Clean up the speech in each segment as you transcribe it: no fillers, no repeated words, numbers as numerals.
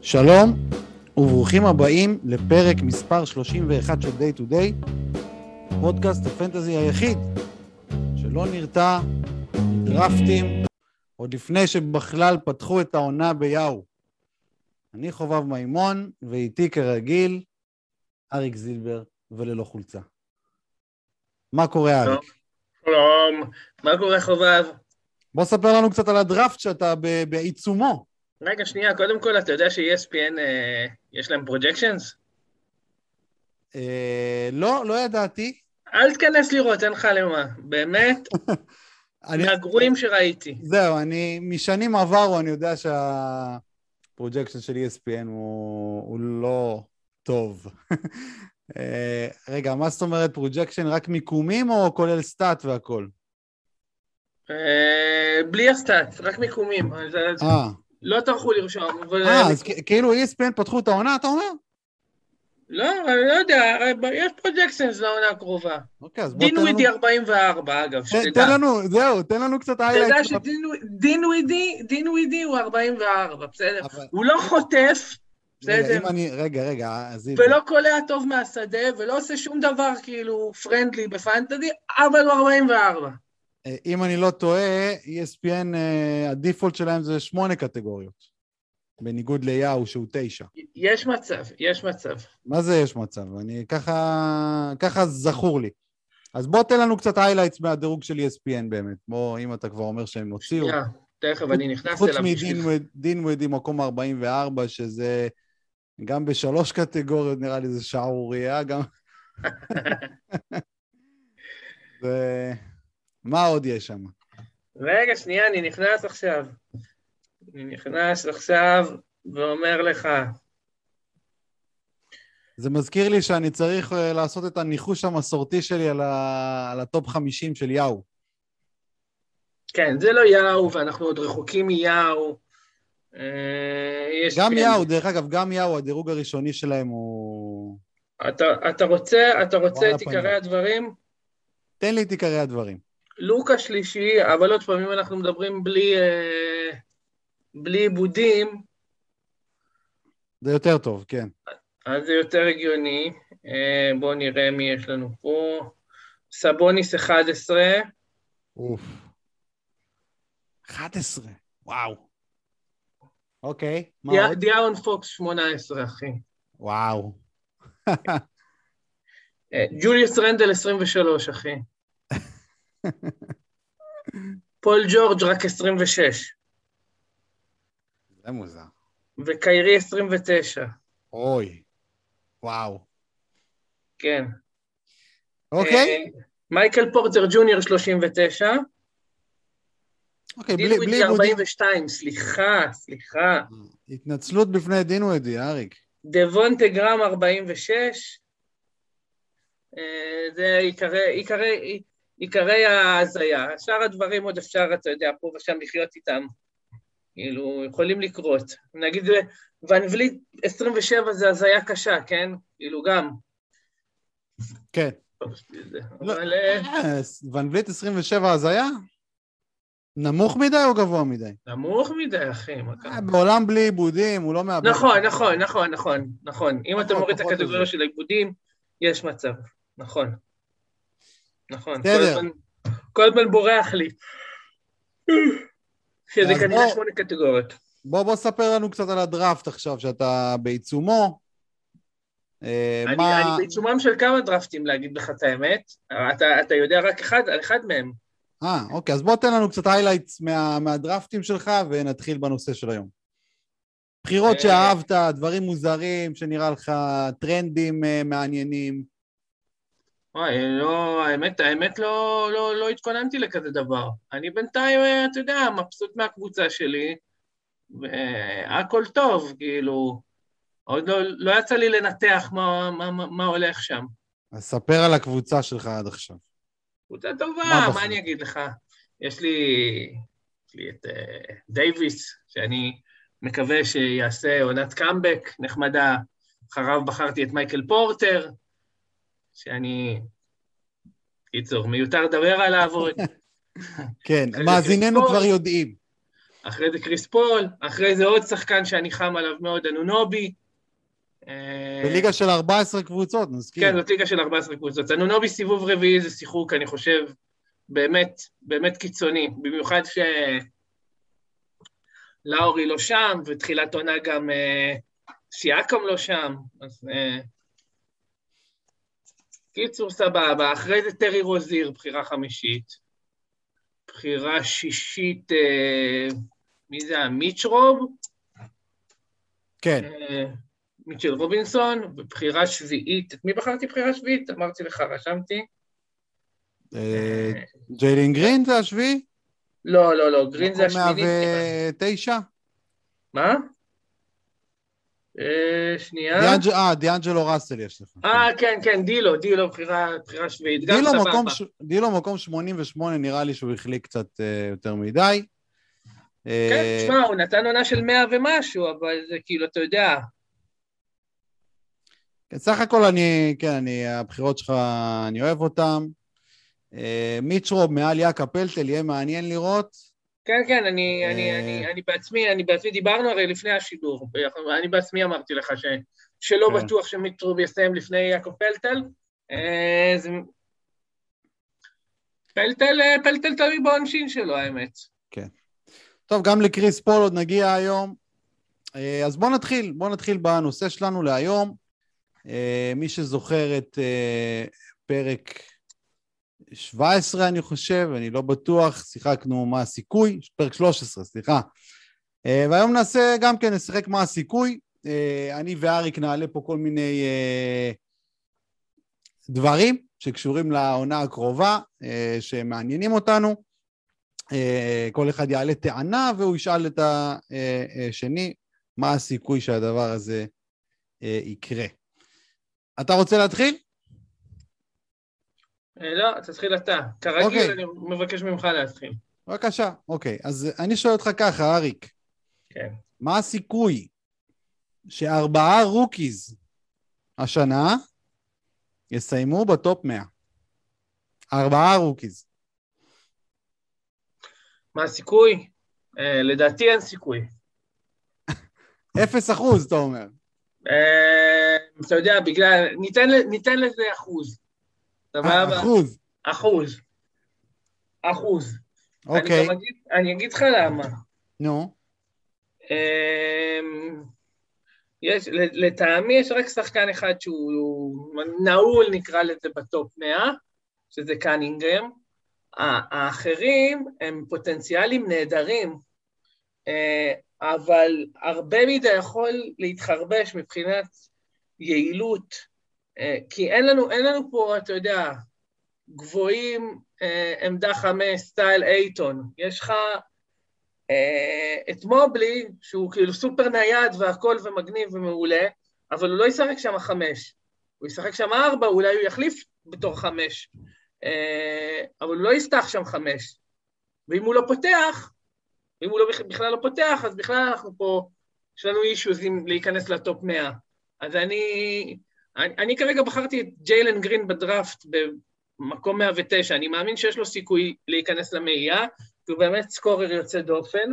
שלום וברוכים הבאים לפרק מספר 31 של Day to Day, פודקאסט הפנטזי היחיד שלא נרתע דרפטים עוד לפני שבכלל פתחו את העונה ביאו. אני חובב מימון ואיתי כרגיל אריק זילבר וללא חולצה. מה קורה אריק? שלום, מה קורה חובב? בוא ספר לנו קצת על הדרפט שאתה בעיצומו. רגע, שנייה, קודם כל, אתה יודע ש-ESPN יש להם פרוג'קשנס? לא ידעתי. אל תכנס לראות, אין לך למה. באמת, מהגרועים שראיתי. זהו, משנים עברו, אני יודע שהפרוג'קשן של ESPN הוא לא טוב. רגע, מה זאת אומרת פרוג'קשן? רק מיקומים או כולל סטאט והכל? בלי הסטאט, רק מיקומים. לא טרחו לרשום. אז כאילו ESPN פתחו את העונה, אתה אומר? לא, אני לא יודע, יש פרוג'קשנס לעונה הקרובה. דין ווידי 44, אגב, שתדע. תן לנו קצת היילייטס. אתה יודע שדין ווידי הוא 44, בסדר? הוא לא חוטף, בסדר? רגע. ולא קולע טוב מהשדה, ולא עושה שום דבר כאילו פרנדלי בפנטזי, אבל הוא 44. אם אני לא טועה, ESPN, הדיפולט שלהם זה 8 קטגוריות. בניגוד ליאו שהוא 9. יש מצב. מה זה יש מצב? אני ככה זכור לי. אז בוא תן לנו קצת היילייטס מהדירוג של ESPN באמת. בוא, אם אתה כבר אומר שהם נוציאו. תכף אני נכנס חוץ אליו. מדין ווידי מקום 44, שזה גם ב3 קטגוריות, נראה לי זה שערוריה גם. מה עוד יש שם? רגע, שנייה, אני נכנס עכשיו ואומר לך. זה מזכיר לי שאני צריך לעשות את הניחוש המסורתי שלי על הטופ 50 של יאו. כן, זה לא יאו, ואנחנו עוד רחוקים מיאו. גם יאו, דרך אגב, גם יאו, הדירוג הראשוני שלהם הוא... אתה רוצה את עיקרי הדברים? תן לי את עיקרי הדברים. לוקה שלישי, אבל עוד פעמים אנחנו מדברים בלי עיבודים. זה יותר טוב, כן. אז זה יותר הגיוני. בואו נראה מי יש לנו פה. סבוניס 11. 11, וואו. אוקיי, מה עוד? דיאון פוקס 18, אחי. וואו. ג'וליוס רנדל 23, אחי. פול ג'ורג' רק 26. זה מוזר. וקיירי 29. אוי, וואו. כן. אוקיי. מייקל פורטר ג'וניור 39. אוקיי, דין ווידי 42, סליחה. התנצלות בפני דין ווידי, אריק. דבונטה גרם 46. זה עיקרי ההזיה. שאר הדברים עוד אפשר, אתה יודע, פה ושם לחיות איתם. כאילו, יכולים לקרות. נגיד, ון וליט 27 זה הזיה קשה, כן? כאילו, גם. כן. ון וליט 27 הזיה? נמוך מדי או גבוה מדי? נמוך מדי, אחי. בעולם בלי עיבודים, הוא לא מאבד. נכון. אם אתה מוריד את הקטגוריה של העיבודים, יש מצב. נכון. בסדר. כל הזמן בורח לי. שזה כנראה 8 קטגוריות. בוא ספר לנו קצת על הדרפט עכשיו, שאתה בעיצומו. אני בעיצומם של כמה דרפטים, להגיד לך את האמת. אתה יודע רק על אחד מהם. אוקיי, אז בוא תן לנו קצת היילייטס מהדרפטים שלך, ונתחיל בנושא של היום. בחירות שאהבת, דברים מוזרים, שנראה לך טרנדים מעניינים. לא, האמת לא התכוננתי לכזה דבר. אני בינתיים, אתה יודע, מבסוט מהקבוצה שלי, והכל טוב, כאילו, עוד לא יצא לי לנתח מה הולך שם. אז ספר על הקבוצה שלך עד עכשיו. קבוצה טובה, מה אני אגיד לך? יש לי את דייביס, שאני מקווה שיעשה עונת קאמבק נחמדה, אחריו בחרתי את מייקל פורטר, שאני, קיצור, מיותר לדבר עליו עוד. כן, מאזיננו כבר יודעים. אחרי זה קריס פול, אחרי זה עוד שחקן שאני חם עליו מאוד, אנונובי. בליגה של 14 קבוצות, נזכיר. כן, זאת ליגה של 14 קבוצות. אנונובי סיבוב רביעי זה שיחוק, אני חושב, באמת, באמת קיצוני, במיוחד שלאורי לא שם, ותחילת עונה גם שיאקום לא שם, אז קיצור סבבה, אחרי זה טרי רוזיר, בחירה חמישית, בחירה שישית, מי זה היה? מיצ'רוב? כן. מיטשל רובינסון, ובחירה שביעית, את מי בחרתי בחירה שביעית? אמרתי לך, רשמתי. ג'יילן גרין זה השביעי? לא, גרין זה השמיני. 109? מה? שנייה. דיאנג'לו ראסל יש לך. כן, דילו, בחירה שביעית. דילו מקום 88, נראה לי שהוא החליק קצת יותר מדי. כן, תשמע, הוא נתן עונה של 100 ומשהו, אבל זה כאילו, אתה יודע. סך הכל הבחירות שלך, אני אוהב אותם. מיצ'רוב מעל יאקה פלטל, יהיה מעניין לראות. כן, אני בעצמי דיברנו הרי לפני השידור, אני בעצמי אמרתי לך שלא בטוח שמיצ'רוב יסיים לפני יאקה פלטל. פלטל תלוי בעונשין שלו, האמת. כן. טוב, גם לקריס פול עוד נגיע היום. אז בוא נתחיל בנושא שלנו להיום. מי שזוכר את פרק 17, אני חושב, אני לא בטוח, שיחקנו מה הסיכוי, פרק 13, סליחה. והיום נשחק מה הסיכוי. אני ואריק נעלה פה כל מיני דברים שקשורים לעונה הקרובה, שמעניינים אותנו. כל אחד יעלה טענה, והוא ישאל את השני, מה הסיכוי שהדבר הזה יקרה. אתה רוצה להתחיל? לא, תתחיל אתה. כרגיל, אני מבקש ממך להתחיל. בבקשה, אוקיי. אז אני שואל אותך ככה, אריק. כן. מה הסיכוי ש4 רוקיז השנה יסיימו בטופ 100? 4 רוקיז. מה הסיכוי? לדעתי אין סיכוי. 0%, אתה אומר. אתה יודע, ניתן לזה אחוז. אחוז. אוקיי. אני אגיד לך למה. נו. לטעמי יש רק שחקן אחד שהוא נעול, נקרא לזה בטופ 100, שזה קנינגהם. האחרים הם פוטנציאלים נהדרים, אבל הרבה מדי יכול להתחרבש מבחינת יעילות, כי אין לנו פה, אתה יודע, גבוהים, עמדה 5, סטייל אייטון. יש לך את מובלי, שהוא כאילו סופר נייד והכל ומגניב ומעולה, אבל הוא לא ישחק שם 5. הוא ישחק שם 4, אולי הוא יחליף בתור 5. אבל הוא לא יפתח שם 5. ואם הוא לא פותח, אם הוא בכלל לא פותח, אז בכלל אנחנו פה, יש לנו אישוז להיכנס לטופ 100. אז אני כרגע בחרתי את ג'יילן גרין בדראפט במקום 109, אני מאמין שיש לו סיכוי להיכנס למאייה, כי הוא באמת סקורר יוצא דופן,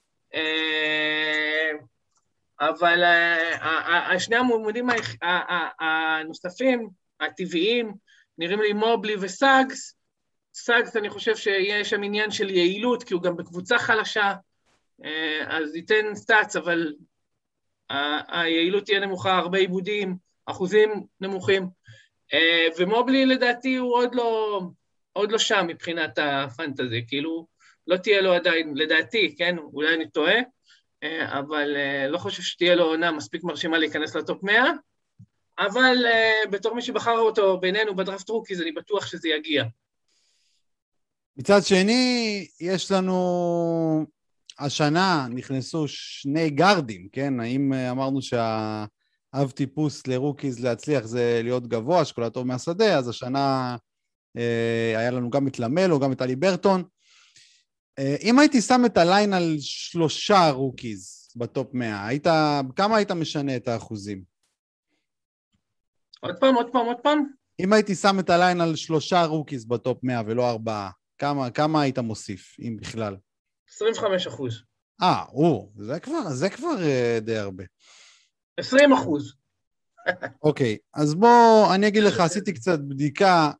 אבל השני המועמדים הנוספים, הטבעיים, נראים לי מובלי וסאגס. סאגס אני חושב שיש שם עניין של יעילות, כי הוא גם בקבוצה חלשה, אז ייתן סטאץ, אבל היעילות תהיה נמוכה, הרבה עיבודים, אחוזים נמוכים, ומובלי לדעתי הוא עוד לא שם מבחינת הפנטזי, כאילו לא תהיה לו עדיין, לדעתי, כן, אולי אני טועה, אבל לא חושב שתהיה לו עונה מספיק מרשימה להיכנס לטופ 100, אבל בתור מי שבחר אותו בינינו בדראפט רוקיז, אני בטוח שזה יגיע. מצד שני, יש לנו, השנה נכנסו 2 גארדים, כן? האם אמרנו שהאב טיפוס לרוקיז להצליח זה להיות גבוה, שכל הטוב מהשדה, אז השנה היה לנו גם את למלו, גם את אלי ברטון. אם הייתי שם את הליין על 3 רוקיז בטופ 100, כמה היית משנה את האחוזים? עוד פעם. אם הייתי שם את הליין על 3 רוקיז בטופ 100 ולא 4, כמה היית מוסיף, אם בכלל? 25%. זה כבר די הרבה. 20%. אוקיי, אז אני אגיד לך, עשיתי קצת בדיקה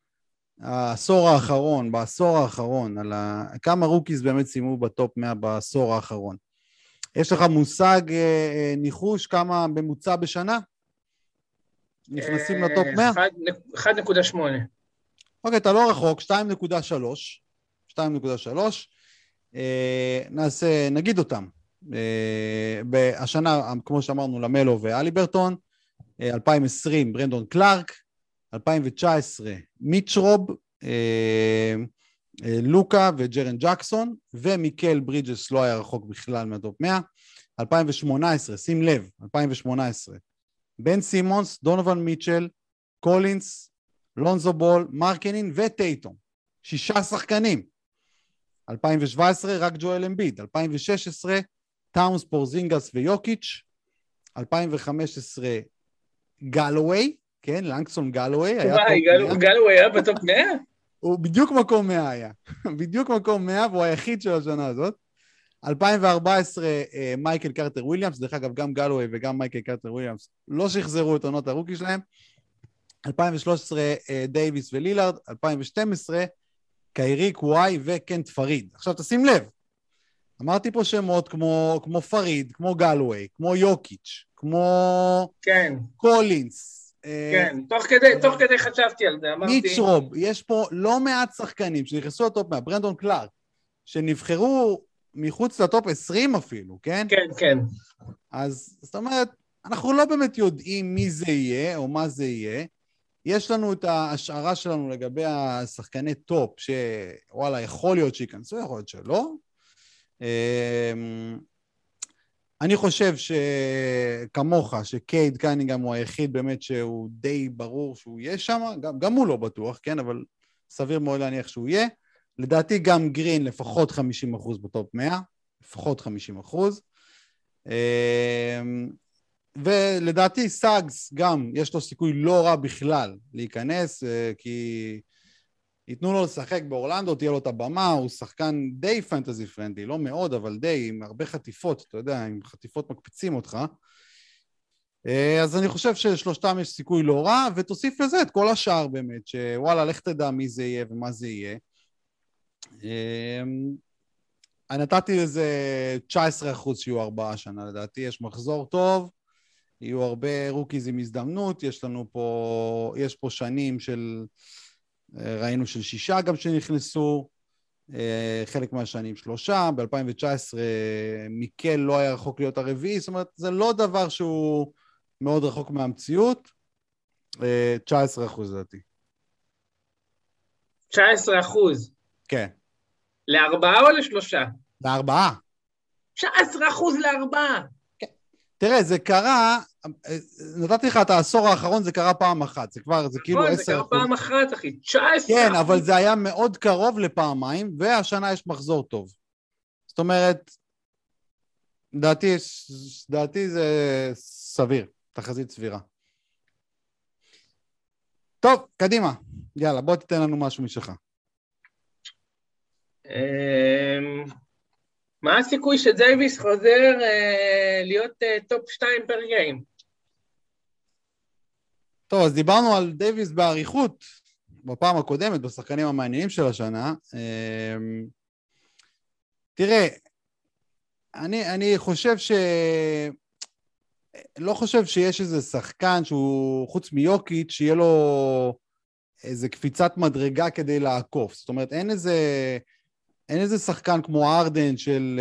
בעשור האחרון, על כמה רוקיז באמת סיימו בטופ 100 בעשור האחרון. יש לך מושג ניחוש כמה ממוצע בשנה? נכנסים לטופ 100? 1.8. אוקיי, אתה לא רחוק, 2.3. נגיד אותם. השנה, כמו שאמרנו, למלו ואליברטון, 2020 ברנדון קלארק, 2019 מיצ'רוב, לוקה וג'רן ג'קסון, ומיקל ברידג'ס לא היה רחוק בכלל מהטופ 100. 2018, שים לב, 2018, בן סימונס, דונובל מיטשל, קולינס, לונזו בול, מרקנין וטייטום. 6 שחקנים. 2017, רק ג'ואל אמביד. 2016, טאונס, פורזינגס ויוקיץ'. 2015, גלווי, כן, לנגסון גלווי. גלווי היה בטופ 100? הוא בדיוק מקום 100 היה. בדיוק מקום 100, והוא היחיד של השנה הזאת. 2014, מייקל קרטר וויליאמס, דרך אגב, גם גלווי וגם מייקל קרטר וויליאמס לא שחזרו את עונות הרוקי שלהם. 2013, דייביס ולילארד. 2012, קיירי, קוואי וקנט פריד. עכשיו תשים לב, אמרתי פה שמות כמו פריד, כמו גלווי, כמו יוקיץ', כמו קולינס. כן, תוך כדי חשבתי על זה, אמרתי. מיצ'רוב, יש פה לא מעט שחקנים שנכנסו לטופ 100, ברנדון קלארק, שנבחרו מחוץ לטופ 20 אפילו, כן? כן, כן. אז זאת אומרת, אנחנו לא באמת יודעים מי זה יהיה או מה זה יהיה. יש לנו את ההשערה שלנו לגבי השחקני טופ, שוואלה, יכול להיות שיכנסו, יכול להיות שלא. אני חושב שכמוך, שקייד קיינינגהאם הוא היחיד באמת שהוא די ברור שהוא יהיה שם, גם הוא לא בטוח, כן, אבל סביר מאוד להניח שהוא יהיה. לדעתי גם גרין לפחות 50% בטופ 100, לפחות 50%. ולדעתי סאגס גם יש לו סיכוי לא רע בכלל להיכנס, כי ייתנו לו לשחק באורלנדו, תהיה לו את הבמה, הוא שחקן די פנטזי פרנדלי, לא מאוד, אבל די, עם הרבה חטיפות, אתה יודע, עם חטיפות מקפיצים אותך. אז אני חושב שלשלושתם יש סיכוי לא רע, ותוסיף לזה את כל השאר באמת, שוואלה, לך תדע מי זה יהיה ומה זה יהיה. אני נתתי לזה 19% שיהיו 4 שנה, לדעתי יש מחזור טוב, יהיו הרבה רוקיז עם הזדמנות, יש פה שנים של, ראינו של 6 גם שנכנסו, חלק מהשנים 3, ב-2019 מיקל לא היה רחוק להיות הרביעי, זאת אומרת, זה לא דבר שהוא מאוד רחוק מהמציאות, 19% לדעתי. 19%? כן. ל4 או ל3? ל4. 19% ל4. כן. תראה, זה קרה, נתתי לך את העשור האחרון, זה קרה פעם אחת, זה כאילו 10%. זה קרה פעם אחת, אחי, 19%. כן, אבל זה היה מאוד קרוב לפעמיים, והשנה יש מחזור טוב. זאת אומרת, דעתי זה סביר, תחזית סבירה. טוב, קדימה. יאללה, בוא תיתן לנו משהו משלך. מה הסיכוי שדייביס חוזר להיות טופ 2 פר גיים? טוב, אז דיברנו על דייביס בעריכות בפעם הקודמת, בשחקנים המעניינים של השנה. תראה, אני חושב לא חושב שיש איזה שחקן שהוא, חוץ מיוקיץ', שיהיה לו איזה קפיצת מדרגה כדי לעקוף. זאת אומרת, אין איזה שחקן כמו ארדן של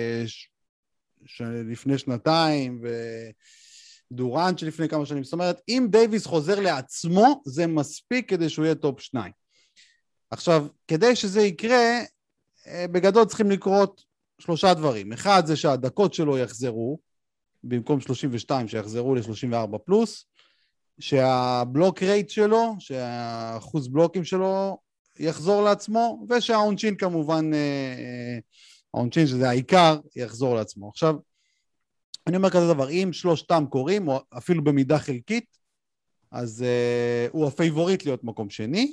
לפני שנתיים, ודורנט שלפני כמה שנים. זאת אומרת, אם דייביס חוזר לעצמו, זה מספיק כדי שהוא יהיה טופ 2. עכשיו, כדי שזה יקרה, בגדול צריכים לקרות 3 דברים. אחד זה שהדקות שלו יחזרו, במקום 32 שיחזרו ל-34 פלוס, שהבלוק רייט שלו, שהאחוז בלוקים שלו יחזור לעצמו, ושהעונשין כמובן, העונשין שזה העיקר, יחזור לעצמו. עכשיו, אני אומר כזה דבר, אם 3 קורים, או אפילו במידה חלקית, אז הוא הפייבוריט להיות מקום שני.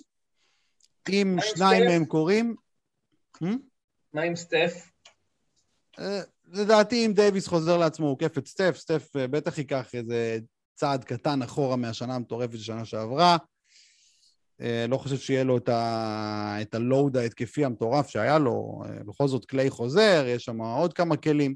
אם 2 מהם קורים... מה עם סטף? לדעתי, אם דייביס חוזר לעצמו, הוא כיף את סטף, סטף בטח ייקח איזה צעד קטן אחורה מהשנה המטורפת שנה שעברה. לא חושב שיהיה לו את הלואוד ההתקפי המטורף שהיה לו. בכל זאת, קליי חוזר, יש שם עוד כמה כלים.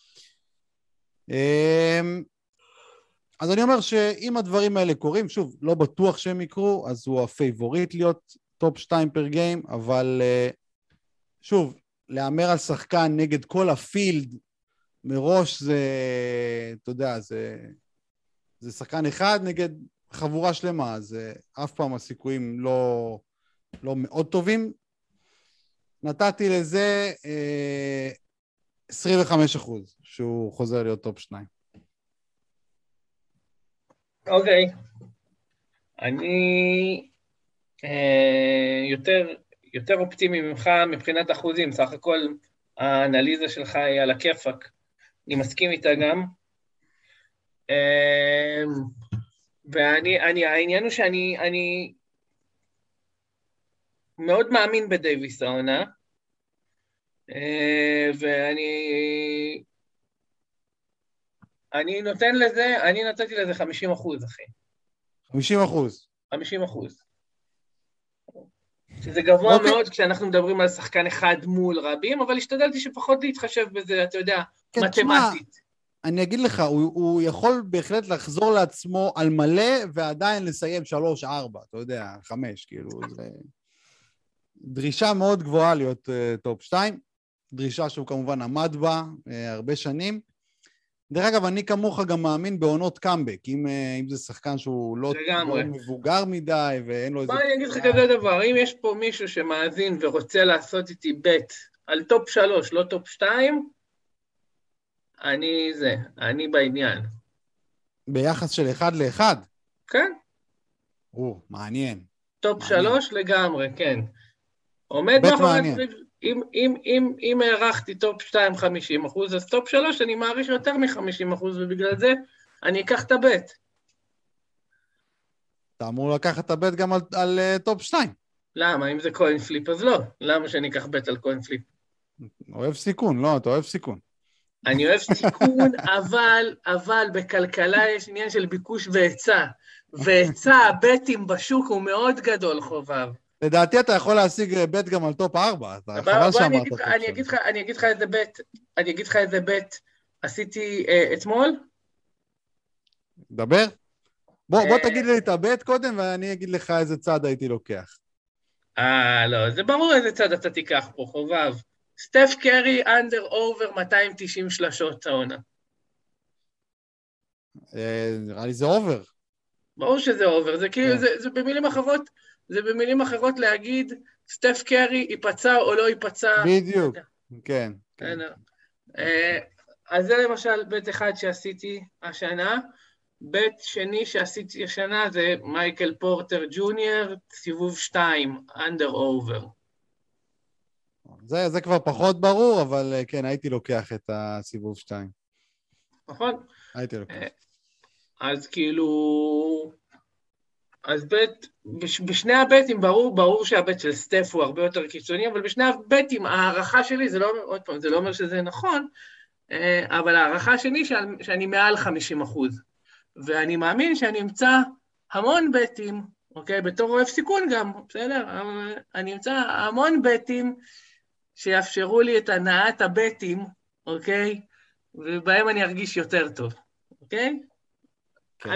אז אני אומר שאם הדברים האלה קורים, שוב, לא בטוח שהם יקרו, אז הוא הפייבוריט להיות טופ 2 פר גיים, אבל שוב, לאמר על שחקן נגד כל הפילד, מראש זה, אתה יודע, זה שחקן אחד נגד חבורה שלמה, אז אף פעם הסיכויים לא מאוד טובים. נתתי לזה 25% שהוא חוזר להיות טופ 2. אוקיי. אני יותר אופטימי ממך מבחינת אחוזים, סך הכל האנליזה שלך היא על הכיפק. אני מסכים איתה גם. העניין הוא שאני מאוד מאמין בדייביס העונה, אני נתתי לזה 50%, אחי. 50%. 50%. שזה גבוה מאוד כשאנחנו מדברים על שחקן אחד מול רבים, אבל השתדלתי שפחות להתחשב בזה, אתה יודע, כן, מתמטית. אני אגיד לך, הוא יכול בהחלט לחזור לעצמו על מלא, ועדיין לסיים 3-4, אתה יודע, 5, כאילו, זה דרישה מאוד גבוהה להיות טופ 2, דרישה שהוא כמובן עמד בה הרבה שנים. דרך אגב, אני כמוך גם מאמין בעונות קאמבק, אם זה שחקן שהוא לא מבוגר מדי, ואין לו איזה... בוא אני אגיד לך כזה דבר, אם יש פה מישהו שמאזין ורוצה לעשות איתי בית על טופ 3, לא טופ 2, אני בעניין. ביחס של 1-1? כן. מעניין. טופ 3 לגמרי, כן. עומד מאחורי... אם הערכתי טופ 2 50%, אז טופ 3 אני מעריך יותר מ-50%, ובגלל זה אני אקח את הבית. אתה אמור לקחת את הבית גם על טופ 2. למה? אם זה קוין פליפ, אז לא. למה שאני אקח בית על קוין פליפ? אוהב סיכון, לא, אתה אוהב סיכון. אני אוהב סיכון, אבל בכלכלה יש עניין של ביקוש והיצע. והיצע הבטים בשוק הוא מאוד גדול, חובב. לדעתי אתה יכול להשיג בית גם על טופ 4, אתה חבל שאמרת טופ 3. אני אגיד לך איזה בית עשיתי אתמול. דבר. בוא תגיד לי את הבית קודם, ואני אגיד לך איזה צד הייתי לוקח. לא, זה ברור איזה צד אתה תיקח פה, חובב. סטף קרי, אנדר אובר 290 שלשות העונה. נראה לי זה אובר. ברור שזה אובר, זה כאילו, זה במילים אחרות להגיד, סטף קרי ייפצע או לא ייפצע. בדיוק, כן. אז זה למשל בית אחד שעשיתי השנה, בית שני שעשיתי השנה זה מייקל פורטר ג'וניור, סיבוב 2, אנדר אובר. זה כבר פחות ברור, אבל כן, הייתי לוקח את הסיבוב 2. נכון? הייתי לוקח. אז כאילו, אז בשני הבטים ברור שהבט של סטף הוא הרבה יותר קיצוני, אבל בשני הבטים הערכה שלי, זה לא, עוד פעם, זה לא אומר שזה נכון, אבל הערכה שלי שאני מעל 50%. ואני מאמין שאני אמצא המון בטים, אוקיי? בתור אוהב סיכון גם, בסדר? אני אמצא המון בטים שיאפשרו לי את הנעת הבטים, אוקיי? ובהם אני ארגיש יותר טוב, אוקיי? כן,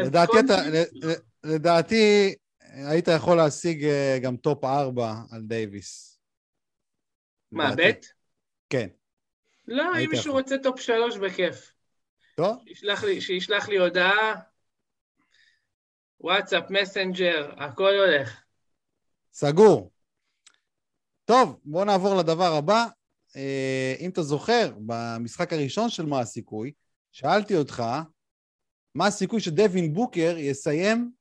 לדעתי היית יכול להשיג גם טופ 4 על דייביס. מה, בט? כן. לא, אם מישהו רוצה טופ 3 בכיף. טוב. שישלח לי הודעה, וואטסאפ, מסנג'ר, הכל הולך. סגור. טוב, בואו נעבור לדבר הבא. אם אתה זוכר, במשחק הראשון של מה הסיכוי, שאלתי אותך, מה הסיכוי שדווין בוקר יסיים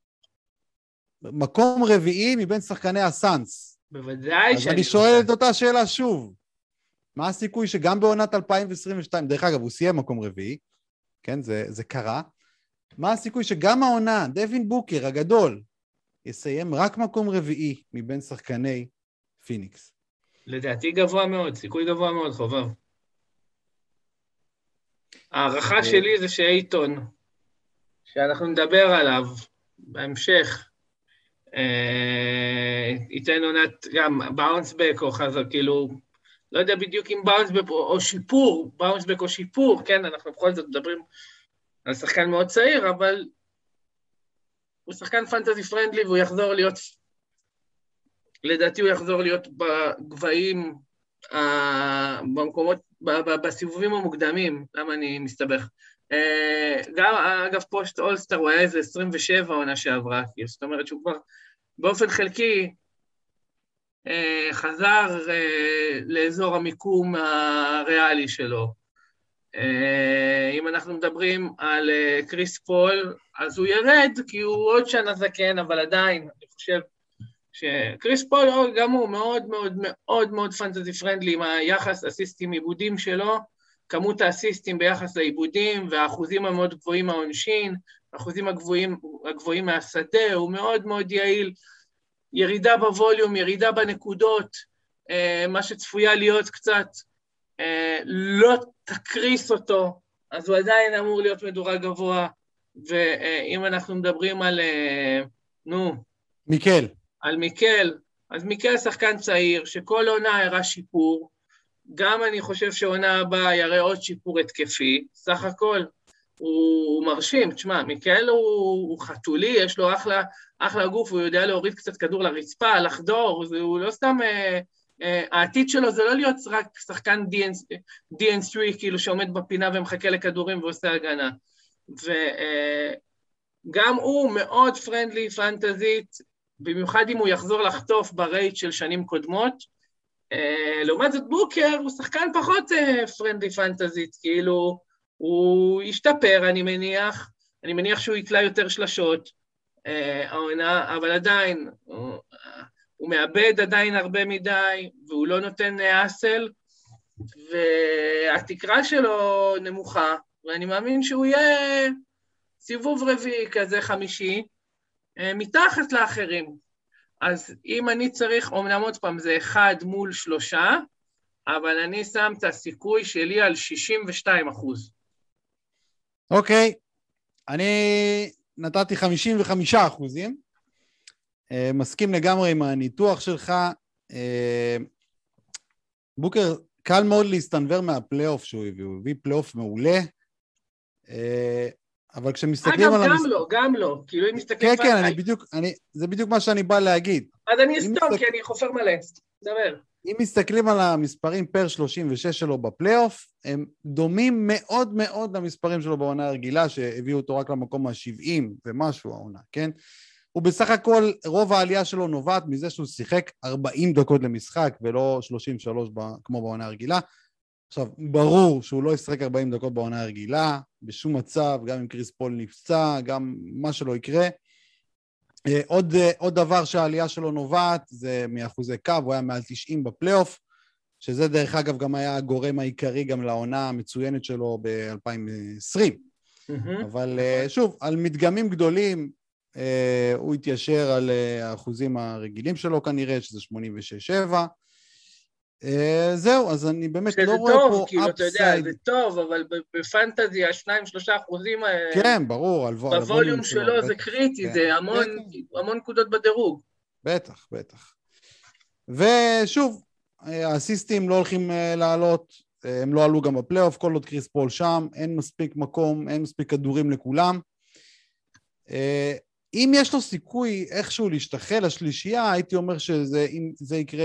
מקום רביעי מבין שחקני הסאנס? בוודאי אז אני שואל את אותה שאלה שוב. מה הסיכוי שגם בעונת 2022, דרך אגב, הוא סיים מקום רביעי, כן, זה קרה. מה הסיכוי שגם העונה, דווין בוקר הגדול, יסיים רק מקום רביעי מבין שחקני פיניקס? לדעתי גבוה מאוד, סיכוי גבוה מאוד, חובב. הערכה שלי זה שאייטון, שאנחנו נדבר עליו בהמשך, ייתן עונת גם באונסבק או חזר, כאילו, לא יודע בדיוק אם באונסבק או שיפור, באונסבק או שיפור, כן, אנחנו בכל זאת מדברים על שחקן מאוד צעיר, אבל הוא שחקן פנטזי פרנדלי והוא יחזור להיות, לדעתי הוא יחזור להיות בגבהים, במקומות, בסיבובים המוקדמים, למה אני מסתבך? גם, אגב, פוסט אולסטר הוא היה איזה 27 עונה שעברה, זאת אומרת שהוא כבר באופן חלקי חזר לאזור המיקום הריאלי שלו. אם אנחנו מדברים על קריס פול, אז הוא ירד, כי הוא עוד שנה זקן, אבל עדיין, אני חושב שקריס פול גם הוא מאוד מאוד מאוד מאוד פנטזי פרנדלי, עם היחס אסיסטים עיבודים שלו, כמות האסיסטים ביחס לעיבודים, והאחוזים המאוד גבוהים מהעונשין, האחוזים הגבוהים מהשדה, הוא מאוד מאוד יעיל, ירידה בווליום, ירידה בנקודות, מה שצפויה להיות קצת, לא תקריס אותו, אז הוא עדיין אמור להיות מדורג גבוה, ואם אנחנו מדברים על, מיקל. על מיקל, אז מיקל שחקן צעיר, שכל עונה הראה שיפור, גם אני חושב שעונה הבאה יראה עוד שיפור התקפי, סך הכל הוא מרשים, תשמע, מיקל הוא חתולי, יש לו אחלה גוף, הוא יודע להוריד קצת כדור לרצפה, לחדור, הוא לא סתם, העתיד שלו זה לא להיות רק שחקן DN3, כאילו שעומד בפינה ומחכה לכדורים ועושה הגנה, וגם הוא מאוד פרנדלי, פנטזית, במיוחד אם הוא יחזור לחטוף ברייט של שנים קודמות, לעומת זאת בוקר הוא שחקן פחות פרנדלי פנטזית, כאילו הוא ישתפר, אני מניח שהוא יקלה יותר שלשות, העונה, אבל עדיין, הוא מאבד עדיין הרבה מדי, והוא לא נותן אסל, והתקרה שלו נמוכה, ואני מאמין שהוא יהיה סיבוב רביעי כזה חמישי, מתחת לאחרים. אז אם אני צריך, אומנם עוד פעם זה 1 מול 3, אבל אני שם את הסיכוי שלי על 62%. אוקיי, אני נתתי 55%. מסכים לגמרי עם הניתוח שלך. בוקר, קל מאוד להסתנבר מהפלייאוף שהוא הביא, הוא הביא פלייאוף מעולה, אבל כשמסתכלים על... גם לא, כאילו אם מסתכלים... כן, זה בדיוק מה שאני בא להגיד. אז אני אסתום, כי אני חופר מלא, דבר. אם מסתכלים על המספרים פר 36 שלו בפלייאוף, הם דומים מאוד מאוד למספרים שלו בעונה הרגילה, שהביאו אותו רק למקום ה-70 ומשהו העונה, כן? ובסך הכל רוב העלייה שלו נובעת מזה שהוא שיחק 40 דקות למשחק, ולא 33 כמו בעונה הרגילה. עכשיו, ברור שהוא לא ישחק 40 דקות בעונה הרגילה, בשום מצב, גם אם קריס פול נפצע, גם מה שלא יקרה. עוד דבר שהעלייה שלו נובעת, זה מאחוזי קו, הוא היה מעל 90 בפלייאוף, שזה דרך אגב גם היה הגורם העיקרי גם לעונה המצוינת שלו ב-2020. אבל שוב, על מדגמים גדולים, הוא התיישר על האחוזים הרגילים שלו כנראה, שזה 86-7. זהו, אז אני באמת לא רואה פה אפסייד. כאילו, אתה יודע, זה טוב, אבל בפנטזי, 2-3% האלה... כן, ברור. בווליום שלו זה קריטי, זה המון נקודות בדירוג. בטח. ושוב, האסיסטים לא הולכים לעלות, הם לא עלו גם בפלייאוף, כל עוד קריס פול שם, אין מספיק מקום, אין מספיק כדורים לכולם. אם יש לו סיכוי איכשהו להשתחל לשלישייה, הייתי אומר שזה יקרה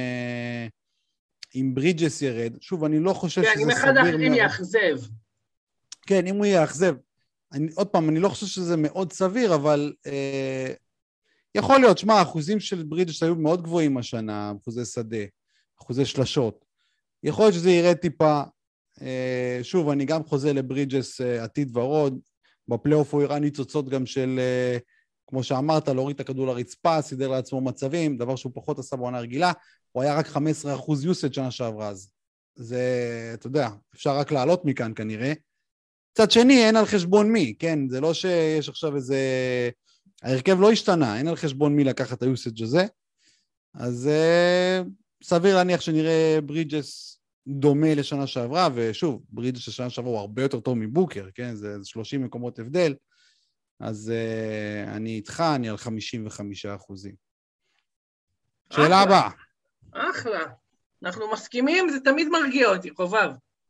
אם ברידג'ס ירד. שוב, אני לא חושב שזה סביר. כן, אם אחד האחרים יאכזב. כן, אם הוא יאכזב. עוד פעם, אני לא חושב שזה מאוד סביר, אבל יכול להיות, שמה, האחוזים של ברידג'ס היו מאוד גבוהים השנה, אחוזי שדה, אחוזי שלשות. יכול להיות שזה ירד טיפה. שוב, אני גם חוזה לברידג'ס עתיד ורוד, בפלייאוף הוא הראה ניצוצות גם של, כמו שאמרת, להוריד את הכדור לרצפה, סידר לעצמו מצבים, דבר שהוא פחות עשה בעונה רגילה, הוא היה רק 15% יוסד שנה שעברה, אז זה, אתה יודע, אפשר רק לעלות מכאן כנראה. צד שני, אין על חשבון מי, כן? זה לא שיש עכשיו איזה... ההרכב לא השתנה, אין על חשבון מי לקחת את היוסד הזה, אז סביר להניח שנראה ברידג'ס דומה לשנה שעברה, ושוב, ברידג'ס של שנה שעברה הוא הרבה יותר טוב מבוקר, כן? זה 30 מקומות הבדל, אז אני איתך, אני על 55%. שאלה הבאה. אחלה. אנחנו מסכימים, זה תמיד מרגיע אותי, חובב.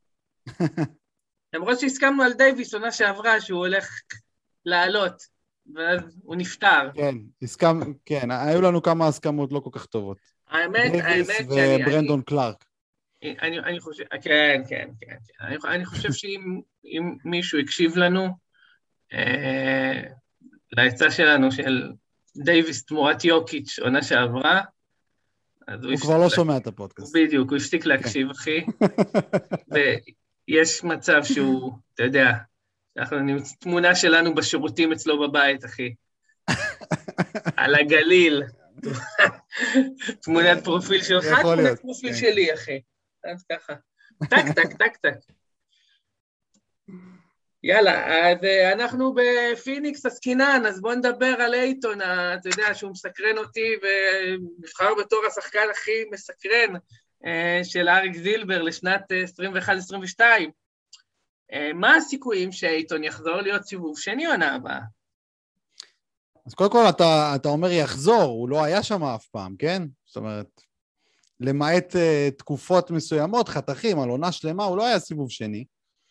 למרות שהסכמנו על דייביס עונה שעברה שהוא הולך לעלות, ואז הוא נפטר. כן, היו לנו כמה הסכמות לא כל כך טובות. האמת שאני... וברנדון קלארק. אני חושב, כן. אני חושב שאם מישהו הקשיב לנו, להצעה שלנו של דייביס תמורת יוקיץ' עונה שעברה, הוא כבר לא שומע את הפודקאסט. בדיוק, הוא הפסיק להקשיב, אחי. ויש מצב שהוא, אתה יודע, אנחנו נמצא תמונה שלנו בשירותים אצלו בבית, אחי. על הגליל. תמונת פרופיל שלך, תמונת פרופיל שלי, אחי. אז ככה. טק. יאללה, אז אנחנו בפיניקס עסקינן, אז בואו נדבר על אייטון, אתה יודע שהוא מסקרן אותי, ונבחר בתור השחקן הכי מסקרן של אריק זילבר לשנת 21-22. מה הסיכויים שאייטון יחזור להיות סיבוב שני עונה הבאה? אז קודם כל אתה אומר יחזור, הוא לא היה שם אף פעם, כן? זאת אומרת, למעט תקופות מסוימות, חתכים, על עונה שלמה, הוא לא היה סיבוב שני.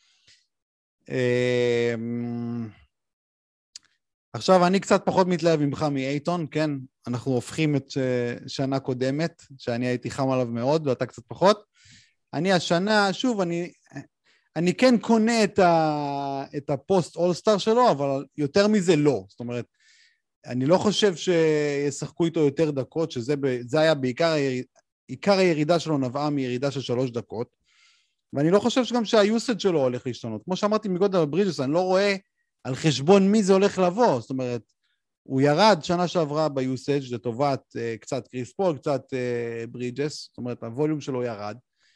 עכשיו אני קצת פחות מתלהב ממך מאייטון, כן? אנחנו הופכים את שנה קודמת, שאני הייתי חם עליו מאוד, ואתה קצת פחות. אני השנה, שוב, אני כן קונה את הפוסט אולסטאר שלו, אבל יותר מזה לא. זאת אומרת, אני לא חושב שישחקו איתו יותר דקות, שזה היה עיקר הירידה שלו נבעה מירידה של 3 דקות, ואני לא חושב שגם שהיוסד שלו הולך להשתנות. כמו שאמרתי מגודל הברידג'ס, אני לא רואה על חשבון מי זה הולך לבוא. זאת אומרת, הוא ירד שנה שעברה ביוסד, לטובת קצת קריס פול, קצת ברידג'ס, זאת אומרת, הווליום שלו ירד,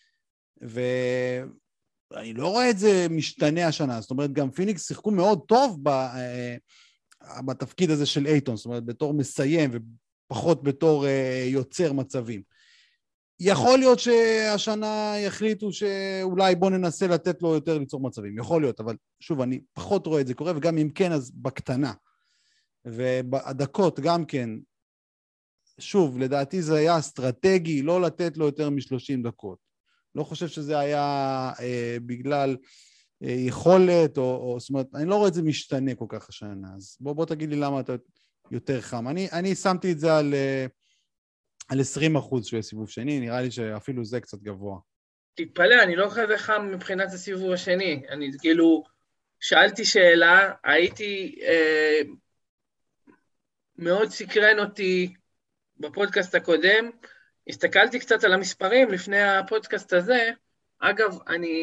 ואני לא רואה את זה משתנה השנה. זאת אומרת, גם פיניקס שיחקו מאוד טוב בתפקיד הזה של אייטון, זאת אומרת, בתור מסיים ופחות בתור יוצר מצבים. יכול להיות שהשנה יחליטו שאולי בוא ננסה לתת לו יותר ליצור מצבים, יכול להיות, אבל שוב, אני פחות רואה את זה קורה, וגם אם כן, אז בקטנה. ובדקות גם כן, שוב, לדעתי זה היה אסטרטגי, לא לתת לו יותר מ-30 דקות. לא חושב שזה היה בגלל יכולת, או זאת אומרת, אני לא רואה את זה משתנה כל כך השנה, אז בוא תגיד לי למה אתה יותר חם. אני שמתי את זה על 20% שהוא סיבוב שני, נראה לי שאפילו זה קצת גבוה. תתפלא, אני לא כזה חם מבחינת הסיבוב השני. אני כאילו, שאלתי שאלה, הייתי, מאוד סקרן אותי בפודקאסט הקודם, הסתכלתי קצת על המספרים לפני הפודקאסט הזה, אגב,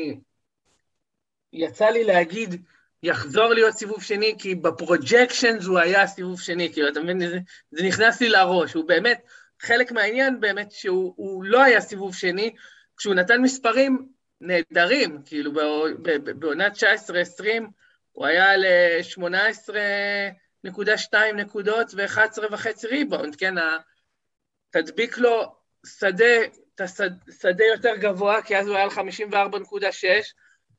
יצא לי להגיד, יחזור להיות סיבוב שני, כי בפרוג'קשנס הוא היה סיבוב שני, כאילו, אתה מבין, זה נכנס לי לראש, הוא באמת, חלק מהעניין באמת שהוא לא היה סיבוב שני, כשהוא נתן מספרים נהדרים, כאילו בעונת 19-20, הוא היה ל-18.2 נקודות ו-11.5 ריבאונד, כן, תדביק לו שדה יותר גבוה, כי אז הוא היה על 54.6,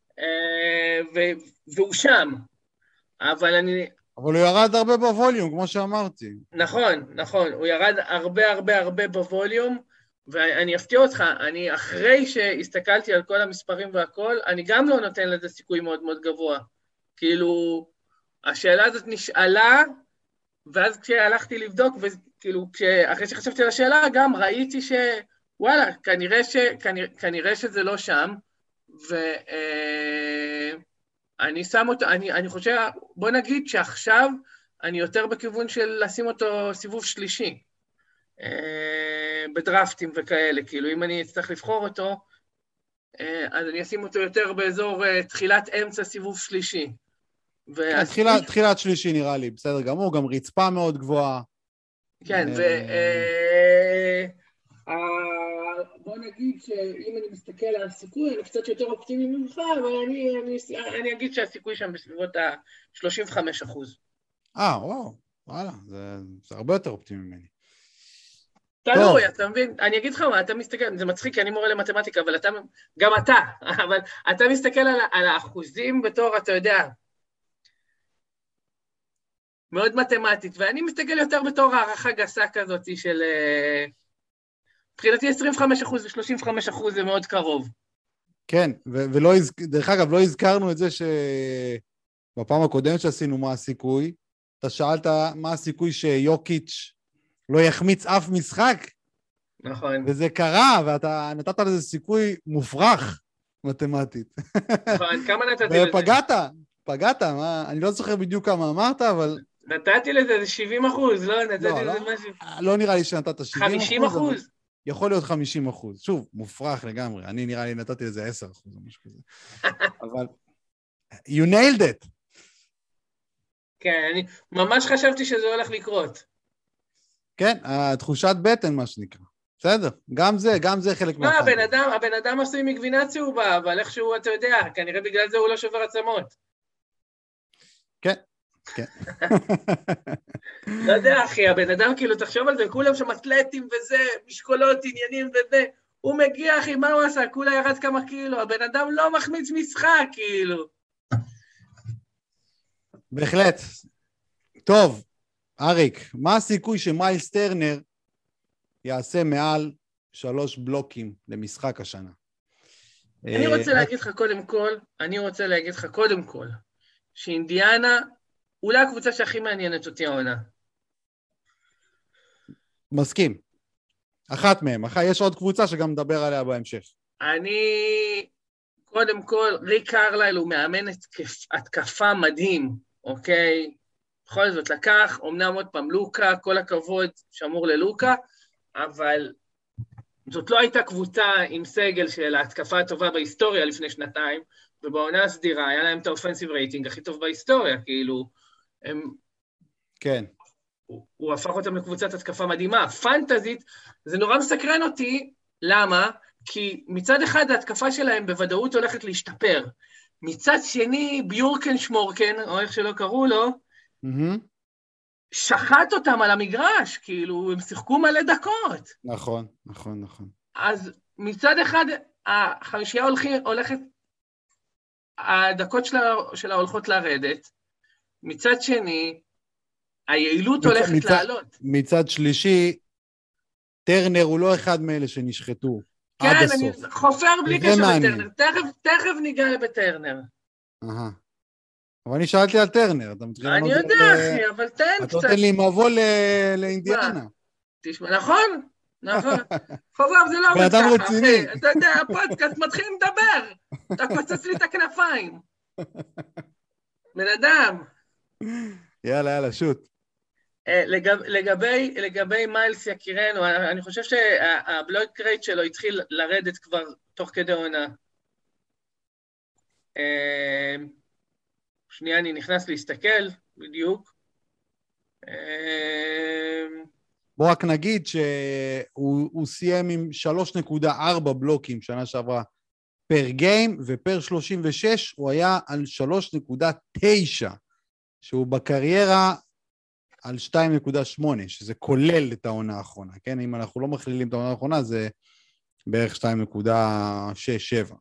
והוא שם, אבל הוא ירד הרבה בווליום, כמו שאמרתי. נכון, הוא ירד הרבה בווליום, ואני אפתיע אותך, אחרי שהסתכלתי על כל המספרים והכל, אני גם לא נותן לזה סיכוי מאוד מאוד גבוה. כאילו, השאלה הזאת נשאלה, ואז כשהלכתי לבדוק, וכאילו, אחרי שחשבתי על השאלה, גם ראיתי שוואלה, כנראה שזה לא שם, ואני שם אותו, אני חושב, בוא נגיד שעכשיו אני יותר בכיוון של לשים אותו סיבוב שלישי, בדרפטים וכאלה, כאילו אם אני אצטרך לבחור אותו, אז אני אשים אותו יותר באזור תחילת אמצע סיבוב שלישי. תחילת שלישי נראה לי, בסדר גמור, גם רצפה מאוד גבוהה. כן, בוא נגיד שאם אני מסתכל על הסיכוי, אני קצת יותר אופטימי ממך, אבל אני אגיד שהסיכוי שם בסביבות ה-35%. וואו, וואלה, זה הרבה יותר אופטימי ממני. תלוי, אתה מבין? אני אגיד לך מה, אתה מסתכל, זה מצחיק, כי אני מורה למתמטיקה, אבל גם אתה, אבל אתה מסתכל על האחוזים בתור, אתה יודע, מאוד מתמטית, ואני מסתכל יותר בתור הערכה גסה כזאת של... מבחינתי 25% ו-35% זה מאוד קרוב. כן, דרך אגב, לא הזכרנו את זה שבפעם הקודמת שעשינו מה הסיכוי, אתה שאלת מה הסיכוי שיוקיץ' לא יחמיץ אף משחק, נכון. וזה קרה, ואתה נתת לזה סיכוי מופרך מתמטית. נכון, כמה נתתי לזה? פגעת, אני לא זוכר בדיוק כמה אמרת, אבל... נתתי לזה 70%, לא? נתתי לזה משהו... לא נראה לי שנתת 70%. 50%? יכול להיות 50%. שוב, מופרך לגמרי. אני נראה לי נתתי לזה 10% או משהו כזה. אבל... You nailed it. כן, אני ממש חשבתי שזה הולך לקרות. כן, התחושת בטן, מה שנקרא. בסדר, גם זה חלק לא, הבן אדם עשוי מגבינה צהובה, אבל איכשהו, אתה יודע, כנראה בגלל זה הוא לא שובר עצמות. כן, כן. לא יודע, אחי, הבן אדם, כאילו, תחשוב על זה, כולם שם אתלטים וזה, משקולות, עניינים וזה, הוא מגיע, אחי, מה הוא עשה? כולה ירד כמה קילו, הבן אדם לא מחמיץ משחק, כאילו. בהחלט. טוב, אריק, מה הסיכוי שמיילס טרנר יעשה מעל 3 בלוקים למשחק השנה? אני רוצה להגיד לך קודם כל, שאינדיאנה, אולי הקבוצה שהכי מעניינת אותי העונה. מסכים. אחת מהם. יש עוד קבוצה שגם נדבר עליה בהמשך. קודם כל, ריק קרלייל הוא מאמן התקפה מדהים, אוקיי? בכל זאת לקח, אמנם עוד פעם לוקה, כל הכבוד שמור ללוקה, אבל זאת לא הייתה קבוצה עם סגל של ההתקפה הטובה בהיסטוריה לפני שנתיים, ובעונה הסדירה היה להם את האופנסיב רייטינג הכי טוב בהיסטוריה, כאילו, כן. הוא הפך אותם לקבוצת התקפה מדהימה. פנטזית, זה נורא מסקרן אותי, למה? כי מצד אחד ההתקפה שלהם בוודאות הולכת להשתפר. מצד שני, ביורקן שמורקן, או איך שלא קראו לו, שחט אותם על המגרש, כאילו, הם שיחקו מלא דקות. נכון. אז מצד אחד, החמישייה הולכת, הדקות שלה הולכות לרדת, מצד שני, היעילות הולכת לעלות. מצד שלישי, טרנר הוא לא אחד מאלה שנשחטו. כן, אני חופר בלי קשר לטרנר. תכף ניגע בטרנר. אבל אני שאלתי על טרנר. אני יודע, אחי, אבל תן קצת. אתה נותן לי מבוא לאינדיאנה. תשמע, נכון. חובב, זה לא עובד ככה, אחי. אתה יודע, הפודקאסט מתחיל לדבר. אתה קוצץ לי את הכנפיים. בן אדם. יאללה, שוט. לגבי מיילס יקירנו, אני חושב שהבלויד קרייט שלו התחיל לרדת כבר תוך כדי עונה. שנייה, אני נכנס להסתכל, בדיוק. בוא רק נגיד שהוא סיים עם 3.4 בלוקים שנה שעברה פר גיים, ופר 36 הוא היה על 3.9, שהוא בקריירה על 2.8, שזה כולל את העונה האחרונה, כן? אם אנחנו לא מכלילים את העונה האחרונה, זה בערך 2.67.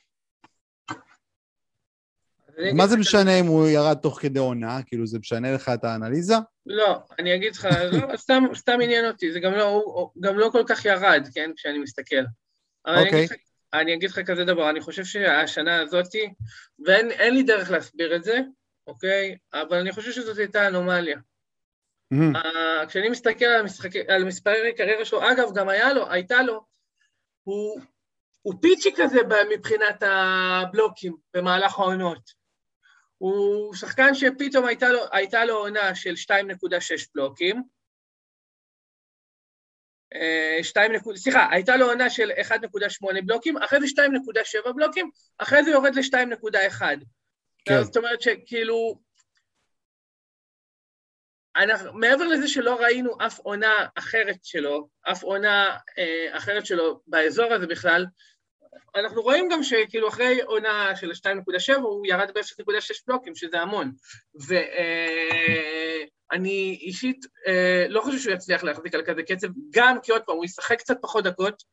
מה זה משנה אם הוא ירד תוך כדי עונה? כאילו זה משנה לך את האנליזה? לא, אני אגיד לך, לא, סתם עניין אותי, זה גם לא כל כך ירד, כן? כשאני מסתכל. אוקיי. אני אגיד לך כזה דבר, אני חושב שהשנה הזאת, ואין לי דרך להסביר את זה, אוקיי? אבל אני חושב שזאת הייתה אנומליה. כשאני מסתכל על מספרי קריירה שלו, אגב, גם הייתה לו, הוא פיצ'י כזה מבחינת הבלוקים במהלך העונות. הוא שחקן שפתאום הייתה לו עונה של 2.6 בלוקים, הייתה לו עונה של 1.8 בלוקים, אחרי זה 2.7 בלוקים, אחרי זה יורד ל-2.1. כן. זאת אומרת שכאילו, מעבר לזה שלא ראינו אף עונה אחרת שלו באזור הזה בכלל, אנחנו רואים גם שכאילו אחרי עונה של 2.7 הוא ירד ב-0.6 בלוקים, שזה המון. אני אישית לא חושב שהוא יצליח להחזיק על כזה קצב, גם כי עוד פעם הוא ישחק קצת פחות דקות,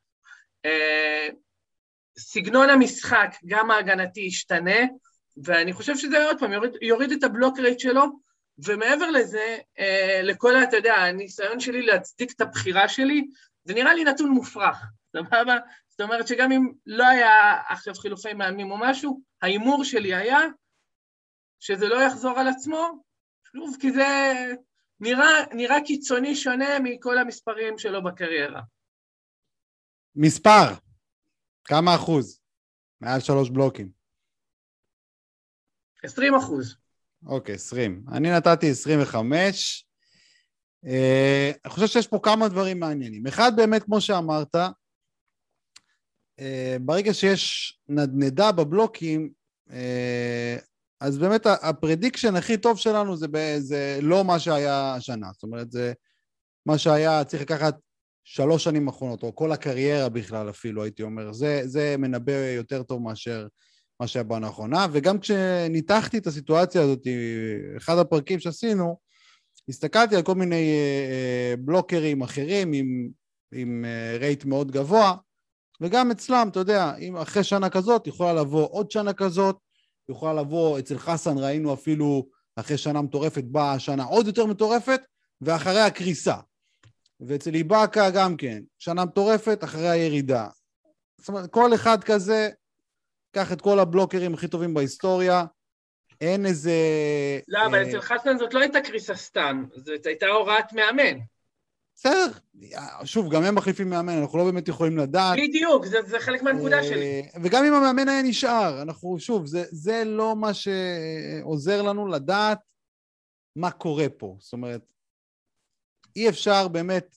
סגנון המשחק, גם ההגנתי ישתנה, ואני חושב שזה עוד פעם יוריד את הבלוק רייט שלו, ומעבר לזה, לכל, אתה יודע, הניסיון שלי להצדיק את הבחירה שלי, זה נראה לי נתון מופרך, סבבה? זאת אומרת שגם אם לא היה עכשיו חילופי מאמנים או משהו, האימור שלי היה שזה לא יחזור על עצמו, שוב, כי זה נראה קיצוני שונה מכל המספרים שלו בקריירה. מספר, כמה אחוז? מעל 3 בלוקים. 20%. אוקיי, 20. אני נתתי 25. אני חושב שיש פה כמה דברים מעניינים. אחד, באמת, כמו שאמרת, ברגע שיש נדנדה בבלוקים, אז באמת הפרדיקשן הכי טוב שלנו זה לא מה שהיה השנה. זאת אומרת, זה מה שהיה צריך לקחת 3 שנים אחרונות, או כל הקריירה בכלל אפילו, הייתי אומר. זה מנבא יותר טוב מאשר מה שהיה בעונה האחרונה, וגם כשניתחתי את הסיטואציה הזאת, אחד הפרקים שעשינו, הסתכלתי על כל מיני בלוקרים אחרים עם רייט מאוד גבוה, וגם אצלם, אתה יודע, אם אחרי שנה כזאת, יכולה לבוא עוד שנה כזאת, יכולה לבוא, אצל חסן ראינו אפילו אחרי שנה מטורפת, באה שנה עוד יותר מטורפת, ואחרי הקריסה. ואצל איבאקה גם כן, שנה מטורפת, אחרי הירידה. זאת אומרת, כל אחד כזה, קח את כל הבלוקרים הכי טובים בהיסטוריה, אין איזה... לא, אבל אצל חסן זאת לא הייתה קריסה סתם, זאת הייתה הוראת מאמן. בסדר, שוב, גם הם מחליפים מאמן, אנחנו לא באמת יכולים לדעת. בדיוק, זה חלק מהנקודה שלי. וגם אם המאמן היה נשאר, אנחנו, שוב, זה לא מה שעוזר לנו לדעת מה קורה פה. זאת אומרת, אי אפשר באמת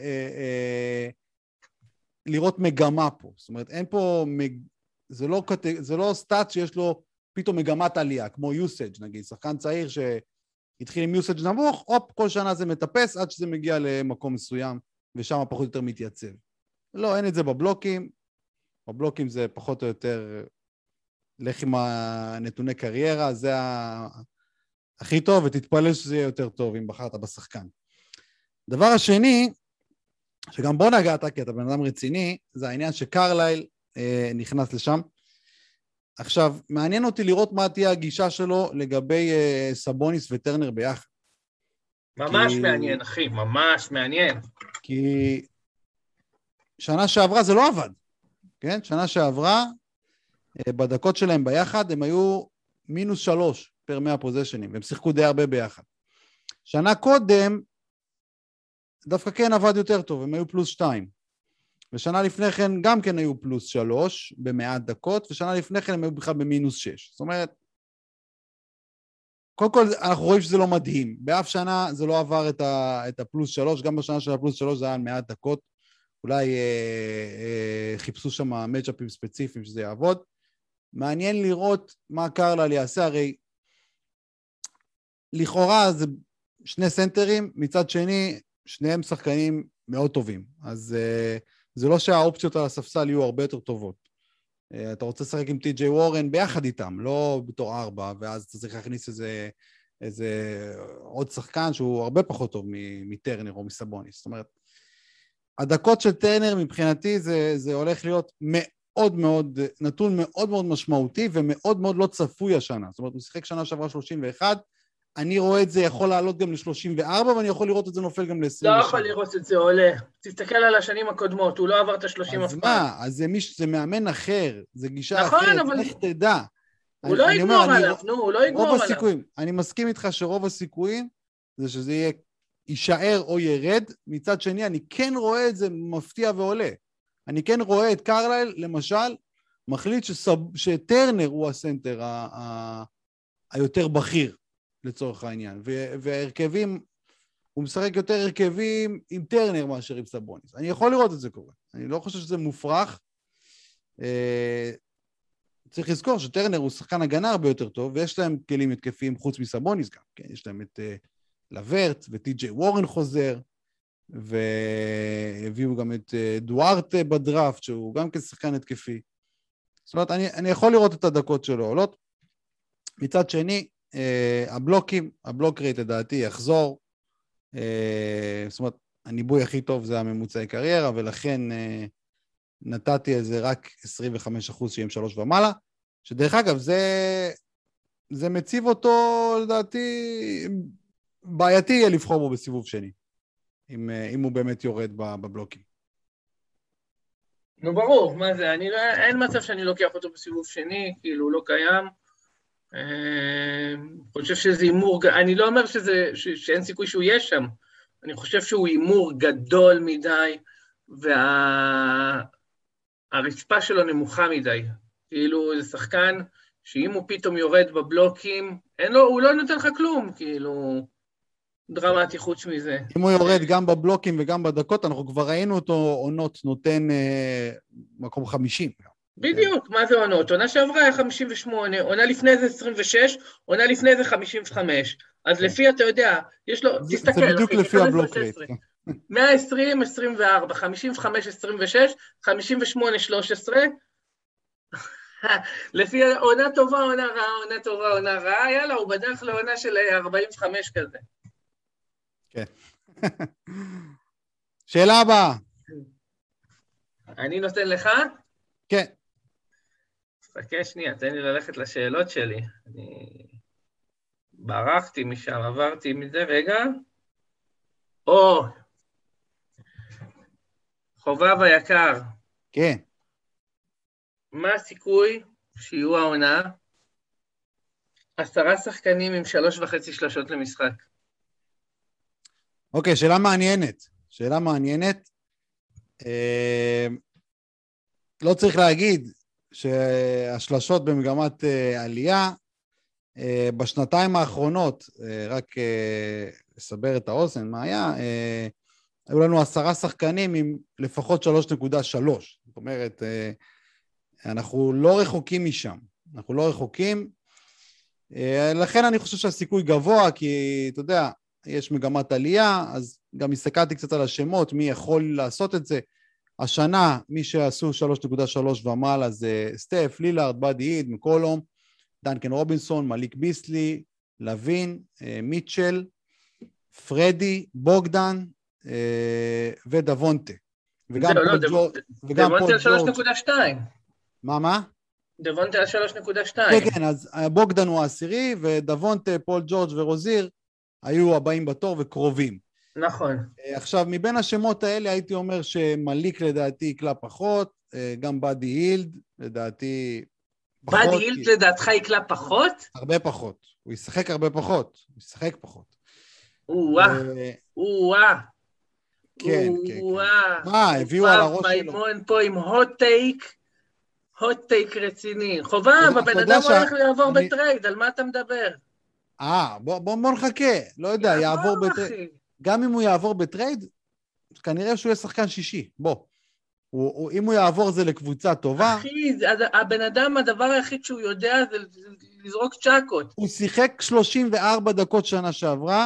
לראות מגמה פה. זאת אומרת, אין פה, זה לא סטאט שיש לו פתאום מגמת עלייה, כמו יוסאג' נגיד, שחקן צעיר שהתחיל עם יוסאג' נמוך, הופ, כל שנה זה מטפס עד שזה מגיע למקום מסוים, ושם פחות או יותר מתייצב. לא, אין את זה בבלוקים, בבלוקים זה פחות או יותר, לך עם הנתוני קריירה, זה הכי טוב, ותתפלל שזה יהיה יותר טוב אם בחרת בשחקן. דבר השני, שגם בוא נגעת, כי אתה בן אדם רציני, זה העניין שקרלייל נכנס לשם. עכשיו, מעניין אותי לראות מה תהיה הגישה שלו לגבי סבוניס וטרנר ביחד. ממש מעניין, אחי, ממש מעניין. כי שנה שעברה זה לא עבד, כן? שנה שעברה, בדקות שלהם ביחד, הם היו -3 פר 100 פוזיישנים, והם שיחקו די הרבה ביחד. שנה קודם, דווקא כן עבד יותר טוב, הם היו +2. ושנה לפני כן גם כן היו +3 במעט דקות, ושנה לפני כן הם היו בכלל ב-6. זאת אומרת, קודם כל אנחנו רואים שזה לא מדהים. באף שנה זה לא עבר את +3, גם בשנה של +3 זה היה על מעט דקות. אולי חיפשו שם מצ'אפים ספציפיים שזה יעבוד. מעניין לראות מה קרלייל יעשה, הרי לכאורה זה 2 סנטרים, מצד שני שניהם שחקנים מאוד טובים. אז זה לא שהאופציות על הספסל יהיו הרבה יותר טובות. אתה רוצה לשחק עם טי.ג'יי וורן ביחד איתם, לא בתור 4, ואז אתה צריך להכניס איזה עוד שחקן שהוא הרבה פחות טוב מטרנר או מסבוניס. זאת אומרת, הדקות של טרנר מבחינתי זה הולך להיות מאוד מאוד, נתון מאוד מאוד משמעותי ומאוד מאוד לא צפוי השנה. זאת אומרת, הוא שיחק שנה שעברה 31, אני רואה את זה יכול לעלות גם ל-34, ואני יכול לראות את זה נופל גם ל-27. לא יכול לראות את זה עולה. תסתכל על השנים הקודמות, הוא לא עבר את ה-30 אף פעם. אז מה? אז זה מאמן אחר, זה גישה נכון, אחרת, אבל... איך תדע. הוא לא יגמור עליו, נו, הוא לא יגמור עליו. אני מסכים איתך שרוב הסיכויים זה שזה יישאר או ירד, מצד שני אני כן רואה את זה מפתיע ועולה. אני כן רואה את קרלייל, למשל, מחליט שטרנר הוא הסנטר היותר בכיר. לצורך העניין, והרכבים, הוא משחק יותר הרכבים עם טרנר מאשר עם סבוניס. אני יכול לראות את זה קורה. אני לא חושב שזה מופרך. צריך לזכור שטרנר הוא שחקן הגנה הרבה יותר טוב, ויש להם כלים התקפיים חוץ מסבוניס גם. כן? יש להם את לברט וטי.ג'יי וורן חוזר, והביאו גם את דוארטה בדראפט, שהוא גם כשחקן התקפי. זאת אומרת, אני יכול לראות את הדקות שלו עולות. מצד שני, הבלוק רייט לדעתי יחזור, זאת אומרת, הניבוי הכי טוב זה הממוצעי קריירה, ולכן נתתי על זה רק 25% שהם 3 ומעלה, שדרך אגב, זה מציב אותו, לדעתי, בעייתי יהיה לבחור בו בסיבוב שני, אם הוא באמת יורד בבלוקים. נו ברור, מה זה? אין מצב שאני לוקח אותו בסיבוב שני, כאילו הוא לא קיים. אני חושב שזה אימור, אני לא אומר שאין סיכוי שהוא יהיה שם, אני חושב שהוא אימור גדול מדי, והרצפה שלו נמוכה מדי. כאילו זה שחקן שאם הוא פתאום יורד בבלוקים, הוא לא נותן לך כלום, כאילו דרמטי חוץ מזה. אם הוא יורד גם בבלוקים וגם בדקות, אנחנו כבר ראינו אותו עונות נותן מקום 50. בדיוק, מה זה עונות? עונה שעברה היה 58, עונה לפני זה 26, עונה לפני זה 55. אז לפי, אתה יודע, יש לו, תסתכל. זה בדיוק לפי הבלוק רייט. 120, 24, 55, 26, 58, 13. לפי עונה טובה, עונה רעה, עונה טובה, עונה רעה, יאללה, הוא בדרך לעונה של 45 כזה. כן. שאלה הבאה. אני נותן לך? כן. חכה שנייה, תן לי ללכת לשאלות שלי. אני ברחתי משם, עברתי מזה, רגע. חובב היקר. כן. מה הסיכוי שיהיו העונה? 10 שחקנים עם 3.5 שלשות למשחק. אוקיי, שאלה מעניינת. שאלה מעניינת. לא צריך להגיד שהשלשות במגמת עלייה, בשנתיים האחרונות, רק לסבר את האוזן, מה היה? היו לנו 10 שחקנים עם לפחות 3.3. זאת אומרת, אנחנו לא רחוקים משם. אנחנו לא רחוקים. לכן אני חושב שהסיכוי גבוה, כי אתה יודע, יש מגמת עלייה, אז גם הסתכלתי קצת על השמות, מי יכול לעשות את זה. השנה, מי שעשו 3.3 ומעלה זה סטף, לילארד, באדי היד, מקולום, דנקן רובינסון, מליק ביסלי, לוין, מיטשל, פרדי, בוגדן ודוונטה. וגם דוונטה על 3.2. מה? דוונטה על 3.2. כן, אז בוגדן הוא העשירי, ודוונטה, פול ג'ורג' ורוזיר היו הבאים בתור וקרובים. נכון. עכשיו, מבין השמות האלה הייתי אומר שמליק לדעתי יקלה פחות, גם באדי הילד לדעתי פחות. באדי הילד לדעתך יקלה פחות? הרבה פחות. הוא ישחק הרבה פחות. הוא ישחק פחות. כן. מה, הביאו על הראש שלו. מימון פה עם hot take רציני. חובב, הבן אדם הולך לעבור בטרייד, על מה אתה מדבר? בוא נחכה. לא יודע, יעבור בטרייד. גם אם הוא יעבור בטרייד, כנראה שהוא יהיה שחקן שישי. בוא. אם הוא יעבור זה לקבוצה טובה. אחי, הבן אדם, הדבר היחיד שהוא יודע זה לזרוק צ'קות. הוא שיחק 34 דקות שנה שעברה.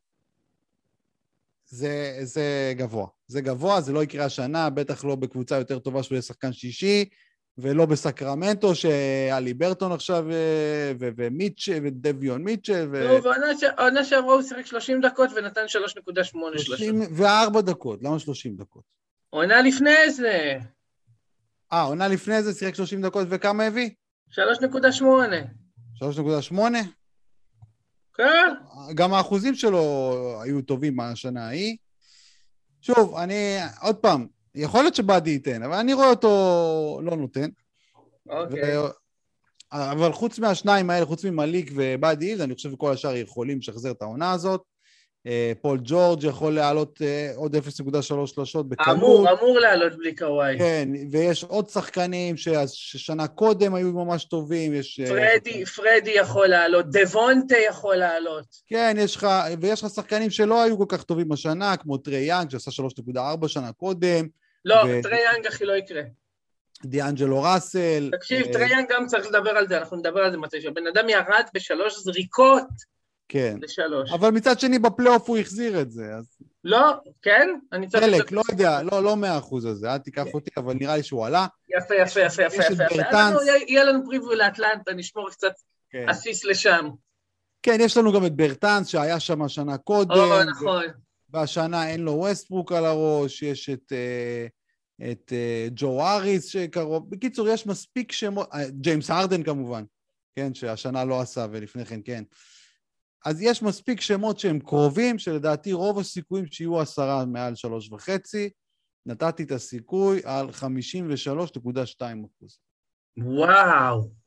זה גבוה. זה גבוה, זה לא יקרה השנה, בטח לא בקבוצה יותר טובה שהוא יהיה שחקן שישי, ולא בסקרמנטו, שאלי ברטון עכשיו, ומיטשל, ודביון מיטשל. העונה שעברה הוא שיחק 30 דקות ונתן 3.8. 34 דקות, למה 30 דקות? עונה לפני זה. עונה לפני זה שיחק 30 דקות, וכמה הביא? 3.8. 3.8? כן. גם האחוזים שלו היו טובים מהשנה ההיא. שוב, עוד פעם, יכול להיות שבאדי ייתן, אבל אני רואה אותו לא נותן. אוקיי. אבל חוץ מהשניים האלה, חוץ ממליק ובאדי הילד, אני חושב שכל השאר יכולים לשחזר את העונה הזאת. פול ג'ורג' יכול לעלות עוד 0.3 שלשות בקלות. אמור לעלות בלי קוואי. כן, ויש עוד שחקנים ששנה קודם היו ממש טובים. פרדי יכול לעלות, דוונטה יכול לעלות. כן, ויש לך שחקנים שלא היו כל כך טובים השנה, כמו טרי יאנג, שעשה 3.4 שנה קודם. לא, טרי יאנג אחי לא יקרה. דיאנג'לו ראסל. תקשיב, טרי יאנג גם צריך לדבר על זה, אנחנו נדבר על זה מתי שהבן אדם ירד ב3 זריקות. כן. ל3. אבל מצד שני בפלייאוף הוא החזיר את זה, אז... לא, כן? חלק, לא יודע, לא 100% הזה, אל תיקח אותי, אבל נראה לי שהוא עלה. יפה. יהיה לנו פריווי לאטלנטה, נשמור קצת אסיס לשם. כן, יש לנו גם את ברטנס, שהיה שם השנה קודם. נכון. והשנה אין לו ווסטברוק על הראש, יש את ג'ו אריס שקרוב. בקיצור, יש מספיק שמות, ג'יימס הרדן כמובן, כן, שהשנה לא עשה ולפני כן כן. אז יש מספיק שמות שהם קרובים, שלדעתי רוב הסיכויים שיהיו 10 מעל 3.5, נתתי את הסיכוי על 53.2%. וואו.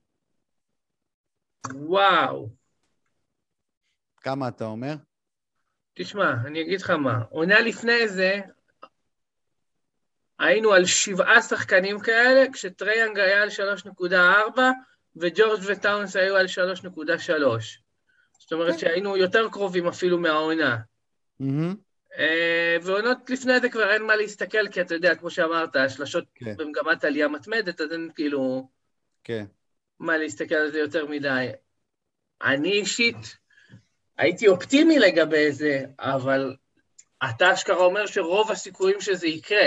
וואו. כמה אתה אומר? תשמע, אני אגיד לך מה, עונה לפני זה, היינו על 7 שחקנים כאלה, כשטרייאנג היה על 3.4, וג'ורג' וטאונס היו על 3.3. זאת אומרת שהיינו יותר קרובים אפילו מהעונה. ועונות לפני זה כבר אין מה להסתכל, כי אתה יודע, כמו שאמרת, השלשות במגמת עלייה מתמדת, אז אין כאילו מה להסתכל על זה יותר מדי. אני אישית הייתי אופטימי לגבי זה, אבל אתה אשכרה אומר שרוב הסיכויים שזה יקרה.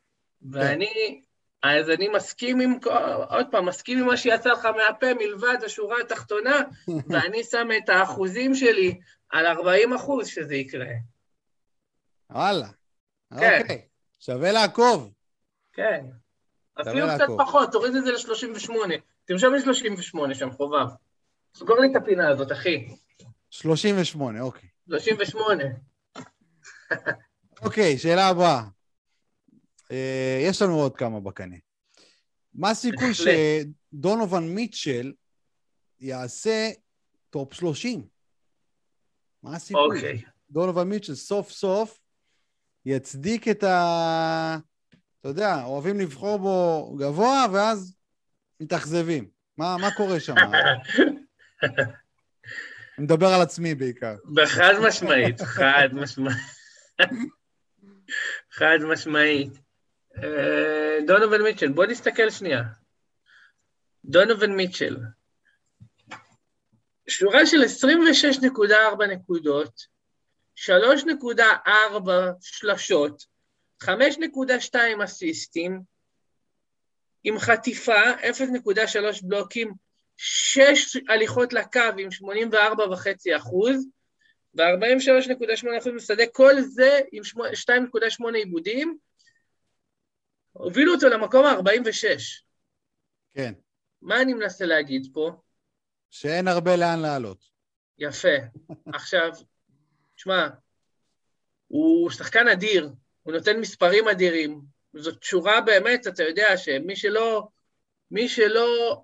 אז אני מסכים עם, עוד פעם, מסכים עם מה שיצא לך מהפה מלבד השורה התחתונה, ואני שם את האחוזים שלי על 40% שזה יקרה. וואלה. כן. אוקיי. שווה לעקוב. כן. אפילו קצת פחות, תוריד את זה ל-38. תרשום לי 38 שם, חובב. סגור לי את הפינה הזאת, אחי. 38, אוקיי. 38. אוקיי, שאלה הבאה. יש לנו עוד כמה בקנה. מה הסיכוי שדונובל מיטשל יעשה טופ 30? מה הסיכוי? אוקיי. דונובל מיטשל סוף סוף יצדיק את אתה יודע, אוהבים לבחור בו גבוה, ואז מתאכזבים. מה קורה שם? אני מדבר על עצמי בעיקר. בחד משמעית, חד משמעית. חד משמעית. דונובל מיטשל, בוא נסתכל שנייה. דונובל מיטשל. שורה של 26.4 נקודות, 3.4 שלשות, 5.2 אסיסטים, עם חטיפה, 0.3 בלוקים, 6 הליכות לקו עם 84.5%, ו-43.8% משדה, כל זה עם 2.8 עיבודים, הובילו אותו למקום ה-46. כן. מה אני מנסה להגיד פה? שאין הרבה לאן לעלות. יפה. עכשיו, תשמע, הוא שחקן אדיר, הוא נותן מספרים אדירים, זאת שורה באמת, אתה יודע מי שלא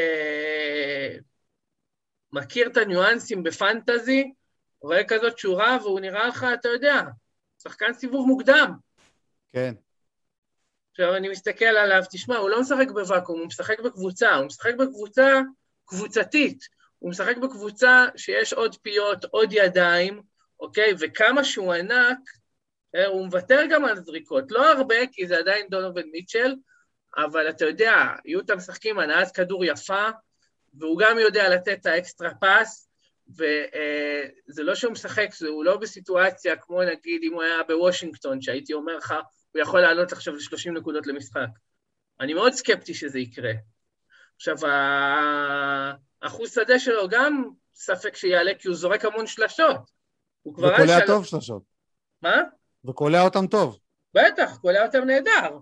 מכיר את הניואנסים בפנטזי, רואה כזאת שורה והוא נראה לך, אתה יודע, שחקן סיבוב מוקדם. כן. עכשיו אני מסתכל עליו, תשמע, הוא לא משחק בוואקום, הוא משחק בקבוצה, הוא משחק בקבוצה קבוצתית, הוא משחק בקבוצה שיש עוד פיות, עוד ידיים, אוקיי? וכמה שהוא ענק, הוא מוותר גם על זריקות, לא הרבה, כי זה עדיין דונובל מיטשל, אבל אתה יודע, יוטה משחקים הנעת כדור יפה, והוא גם יודע לתת את האקסטרה פס, וזה לא שהוא משחק, הוא לא בסיטואציה כמו נגיד אם הוא היה בוושינגטון, שהייתי אומר לך, הוא יכול לעלות עכשיו ל-30 נקודות למשחק. אני מאוד סקפטי שזה יקרה. עכשיו, האחוז שדה שלו גם ספק שיעלה, כי הוא זורק המון שלשות. וקולע טוב שלשות. מה? וקולע אותם טוב. בטח, קולע אותם נהדר.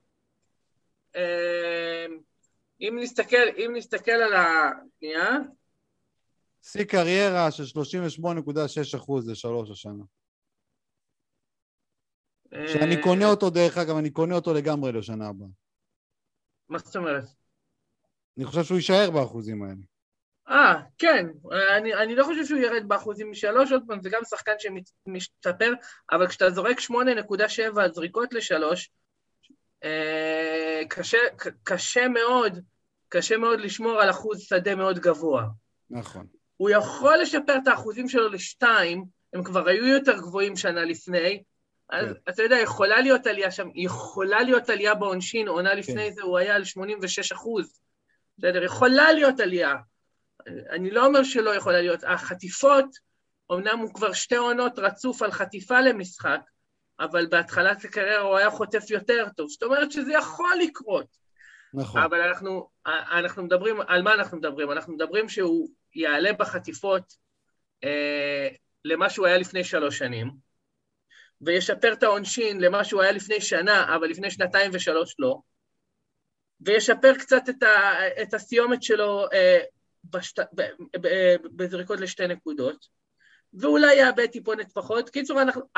אם נסתכל על השנייה, שיא קריירה של 38.6% ל3 השנה. שאני קונה אותו דרך אגב, אני קונה אותו לגמרי לשנה הבאה. מה זאת אומרת? אני חושב שהוא יישאר באחוזים האלה. כן. אני לא חושב שהוא ירד באחוזים מ3, עוד פעם, זה גם שחקן שמשתפר, אבל כשאתה זורק 8.7 זריקות ל3, קשה מאוד לשמור על אחוז שדה מאוד גבוה. נכון. הוא יכול לשפר את האחוזים שלו ל2, הם כבר היו יותר גבוהים שנה לפני, אז אתה יודע, יכולה להיות עלייה שם, יכולה להיות עלייה בעונשין, עונה לפני זה הוא היה על 86%. בסדר, יכולה להיות עלייה. אני לא אומר שלא יכולה להיות. החטיפות, אמנם הוא כבר 2 עונות רצוף על חטיפה למשחק, אבל בהתחלת הקריירה הוא היה חוטף יותר טוב. זאת אומרת שזה יכול לקרות. נכון. אבל אנחנו מדברים, על מה אנחנו מדברים? אנחנו מדברים שהוא יעלה בחטיפות למה שהוא היה לפני 3 שנים, וישפר את העונשין למה שהוא היה לפני שנה, אבל לפני 2 ו3 לא, וישפר קצת את הסיומת שלו בזריקות ל2 נקודות, ואולי יאבד טיפונת פחות. קיצור,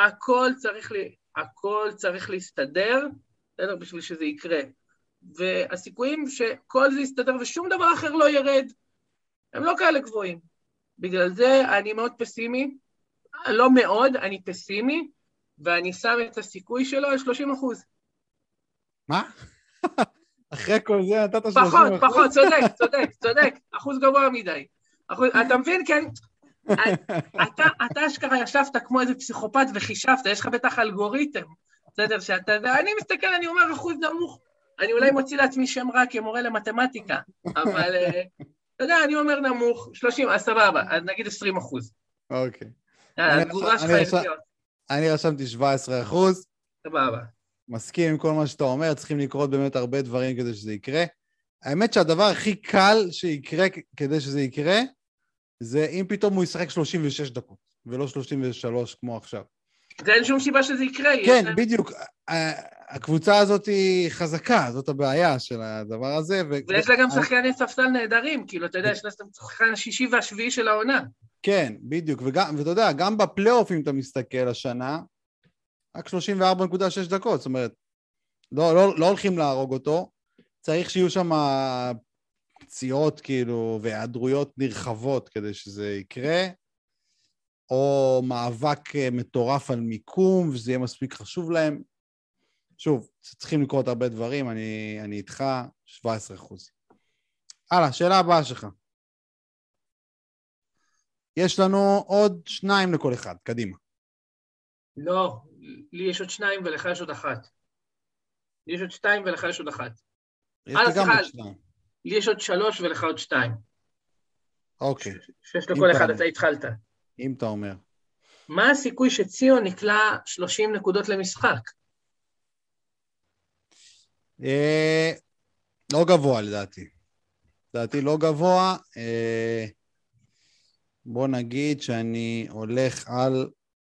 הכל צריך להסתדר, בשביל שזה יקרה. והסיכויים שכל זה יסתדר ושום דבר אחר לא ירד, הם לא כאלה גבוהים. בגלל זה אני מאוד פסימי, לא מאוד, אני פסימי, ואני שם את הסיכוי שלו על 30%. מה? אחרי כל זה נתת 30%? פחות, צודק, אחוז גבוה מדי. אתה מבין, כן? אתה אשכרה ישבת כמו איזה פסיכופת וחישבת, יש לך בטח אלגוריתם, בסדר, אני מסתכל, אני אומר אחוז נמוך, אני אולי מוציא לעצמי שם רע כמורה למתמטיקה, אבל אתה יודע, אני אומר נמוך, 30, אז סבבה, אז נגיד 20%. אוקיי. התגובה שלך יפיות. אני רשמתי 17%. סבבה. מסכים עם כל מה שאתה אומר, צריכים לקרות באמת הרבה דברים כדי שזה יקרה. האמת שהדבר הכי קל שיקרה כדי שזה יקרה, זה אם פתאום הוא ישחק 36 דקות, ולא 33 כמו עכשיו. זה אין שום סיבה שזה יקרה. כן, בדיוק. הקבוצה הזאת היא חזקה, זאת הבעיה של הדבר הזה. ויש לה גם שחקני ספסל נהדרים, כאילו, אתה יודע, יש לה שחקן השישי והשביעי של העונה. כן, בדיוק, ואתה יודע, גם בפלייאוף, אם אתה מסתכל השנה, רק 34.6 דקות, זאת אומרת, לא הולכים להרוג אותו, צריך שיהיו שם פציעות כאילו והיעדרויות נרחבות כדי שזה יקרה, או מאבק מטורף על מיקום, וזה יהיה מספיק חשוב להם. שוב, צריכים לקרות הרבה דברים, אני איתך 17%. הלאה, שאלה הבאה שלך. יש לנו עוד 2 לכל אחד, קדימה. לא, לי יש עוד 2 ולך יש עוד 1. לי יש עוד 2 ולך יש עוד 1. יש לי גם עוד 2. לי יש עוד 3 ולך עוד 2. אוקיי. 6 לכל אחד, אתה התחלת. אם אתה אומר. מה הסיכוי שציון נקלע 30 נקודות למשחק? לא גבוה לדעתי. לדעתי לא גבוה. בוא נגיד שאני הולך על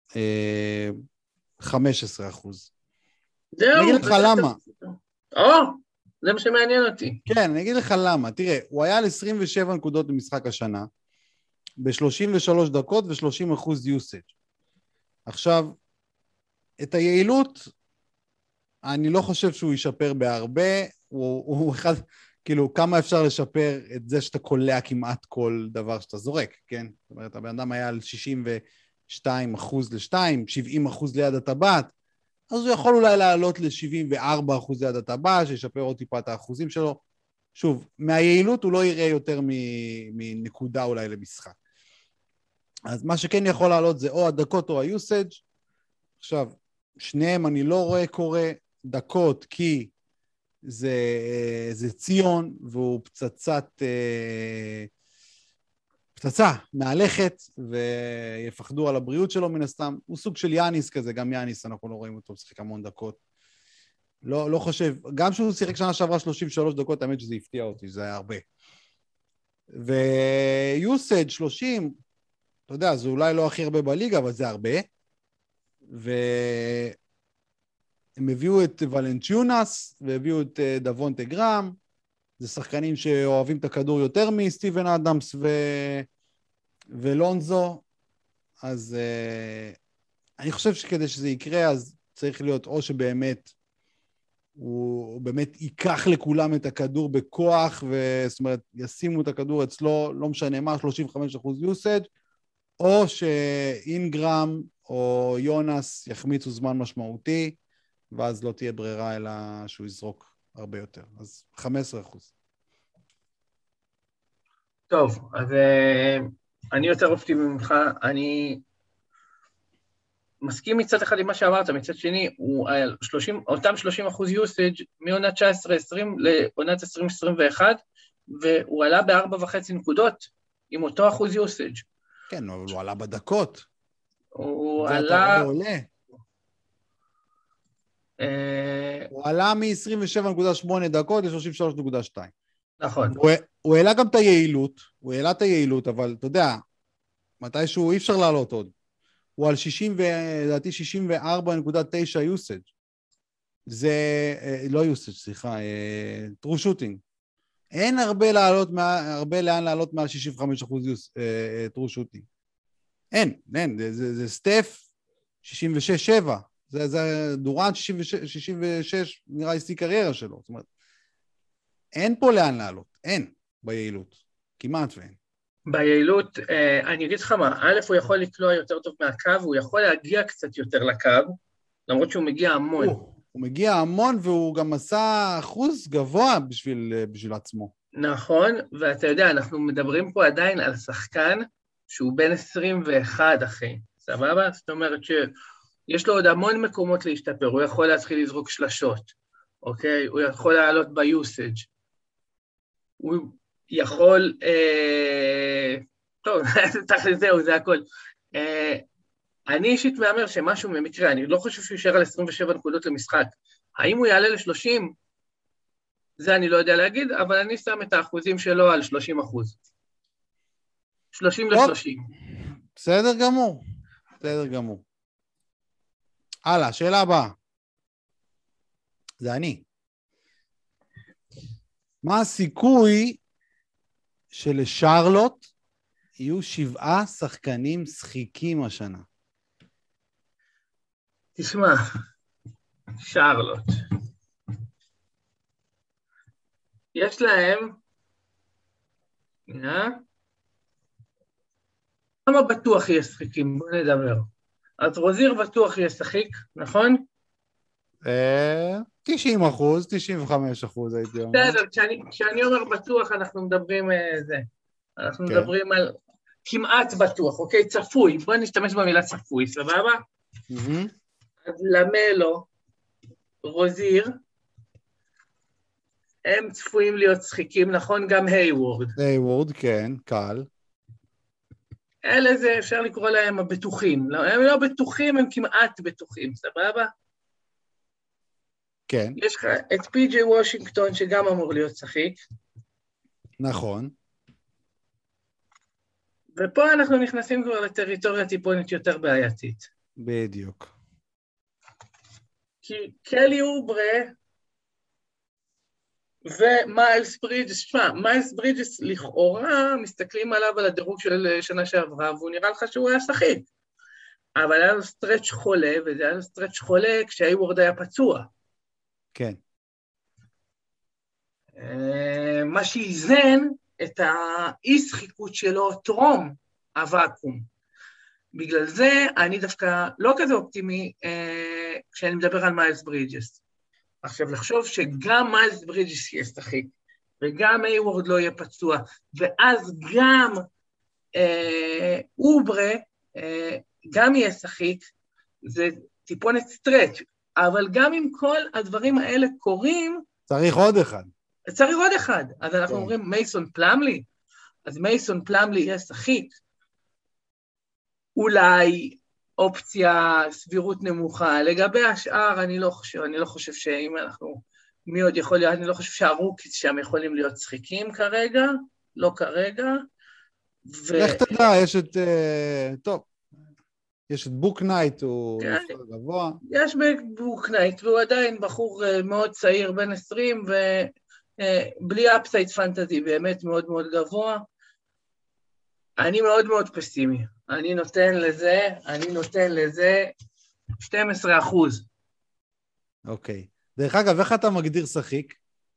15%. אני אגיד לך למה. זה מה שמעניין אותי. כן, אני אגיד לך למה. תראה, הוא היה על 27 נקודות במשחק השנה, ב-33 דקות ו-30% usage. עכשיו, את היעילות, אני לא חושב שהוא ישפר בהרבה, הוא אחד, כאילו, כמה אפשר לשפר את זה שאתה קולע כמעט כל דבר שאתה זורק, כן? זאת אומרת, הבן אדם היה על 62% ל-2, 70% ליד הטבעת, אז הוא יכול אולי לעלות ל-74% ליד הטבעת, שישפר עוד טיפה את האחוזים שלו. שוב, מהיעילות הוא לא יראה יותר מנקודה אולי למשחק. אז מה שכן יכול לעלות זה או הדקות או ה-usage. עכשיו, שניהם אני לא רואה קורה דקות, כי זה ציון, והוא פצצה מהלכת, ויפחדו על הבריאות שלו מן הסתם. הוא סוג של יאניס כזה, גם יאניס, אנחנו לא רואים אותו, משחק המון דקות. לא חושב, גם שהוא שיחק שנה שעברה 33 דקות, האמת שזה הפתיע אותי, זה היה הרבה. ויוסד 30, אתה יודע, זה אולי לא הכי הרבה בליגה, אבל זה הרבה. והם הביאו את ולנטיונס, והביאו את דוונטה גרם, זה שחקנים שאוהבים את הכדור יותר מסטיבן אדמס ולונזו, אז אני חושב שכדי שזה יקרה, אז צריך להיות או שבאמת, הוא באמת ייקח לכולם את הכדור בכוח, זאת אומרת, ישימו את הכדור אצלו, לא משנה מה, 35% usage, או שאינגרם או יונס יחמיצו זמן משמעותי, ואז לא תהיה ברירה אלא שהוא יזרוק הרבה יותר. אז 15%. טוב, אז אני יותר אופטימי ממך, אני מסכים מצד אחד עם מה שאמרת, מצד שני, הוא על אותם 30% usage מעונת 19-20 לעונת 20-21, והוא עלה ב4.5 נקודות עם אותו אחוז usage. כן, אבל הוא עלה בדקות. הוא עלה... הוא עלה מ-27.8 דקות ל-33.2. נכון. הוא העלה גם את היעילות, אבל אתה יודע, מתישהו אי אפשר לעלות עוד. הוא על 60, לדעתי 64.9 usage. זה, לא usage, סליחה, true shooting. אין הרבה לאן לעלות מעל 65% true shooting. אין, זה סטף 66-7. זה דורנט 66, נראה לי שיא קריירה שלו. זאת אומרת, אין פה לאן לעלות, אין ביעילות, כמעט ואין. ביעילות, אני אגיד לך מה, א', הוא יכול לקלוע יותר טוב מהקו, הוא יכול להגיע קצת יותר לקו, למרות שהוא מגיע המון. הוא מגיע המון, והוא גם עשה אחוז גבוה בשביל עצמו. נכון, ואתה יודע, אנחנו מדברים פה עדיין על שחקן, שהוא בין 21 אחי, סבבה? זאת אומרת שיש לו עוד המון מקומות להשתפר, הוא יכול להתחיל לזרוק שלשות, אוקיי? הוא יכול לעלות ביוסאג', הוא יכול, טוב, תכף זהו, זה הכל. אני אישית מאמר שמשהו ממקרה, אני לא חושב שהוא יישאר על 27 נקודות למשחק. האם הוא יעלה ל-30? זה אני לא יודע להגיד, אבל אני שם את האחוזים שלו על 30%. 30 ל-30. בסדר גמור, בסדר גמור. הלאה, שאלה הבאה. זה אני. מה הסיכוי שלשרלוט יהיו 7 שחקנים שחיקים השנה? תשמע, שרלוט. יש להם, כמה בטוח יהיה שחיקים? בוא נדבר. אז רוזיר בטוח יהיה שחיק, נכון? 90%, 95% הייתי אומר. בסדר, כשאני אומר בטוח, אנחנו מדברים זה. אנחנו מדברים על כמעט בטוח, אוקיי? צפוי. בוא נשתמש במילה צפוי, סבבה? אז למלו, רוזיר, הם צפויים להיות שחיקים, נכון? גם היוורד. היוורד, כן, קל. אלה זה, אפשר לקרוא להם הבטוחים. הם לא בטוחים, הם כמעט בטוחים, סבבה? כן. יש לך את פי.ג'יי וושינגטון, שגם אמור להיות שחיק. נכון. ופה אנחנו נכנסים כבר לטריטוריה טיפונית יותר בעייתית. בדיוק. כי קלי אוברה ומיילס ברידג'ס, שמע, מיילס ברידג'ס לכאורה מסתכלים עליו על הדירוג של שנה שעברה, והוא נראה לך שהוא היה שחיק. אבל היה לו סטרץ' חולה, וזה היה לו סטרץ' חולה כשהייוורד היה פצוע. כן. מה שאיזן את האי-שחיקות שלו טרום הוואקום. בגלל זה אני דווקא לא כזה אופטימי כשאני מדבר על מיילס ברידג'ס. עכשיו, לחשוב שגם מיילס ברידג'ס יהיה שחיק, וגם הייוורד לא יהיה פצוע, ואז גם אוברה גם יהיה שחיק, זה טיפונת סטרץ', אבל גם אם כל הדברים האלה קורים, צריך עוד אחד. צריך עוד אחד. אז אנחנו אומרים מייסון פלמלי, אז מייסון פלמלי יהיה שחיק, אולי אופציה סבירות נמוכה. לגבי השאר, אני לא חושב שאם אנחנו, מי עוד יכול להיות, אני לא חושב שהרוקיס שם יכולים להיות שחיקים כרגע, לא כרגע. לך תדע, יש את, טוב, יש את בוקנייט, הוא נפרד גבוה. יש בוקנייט, והוא עדיין בחור מאוד צעיר, בן 20, ובלי אפסייד פנטזי, באמת מאוד מאוד גבוה. אני מאוד מאוד פסימי. אני נותן לזה 12%. אוקיי. דרך אגב, איך אתה מגדיר שחיק?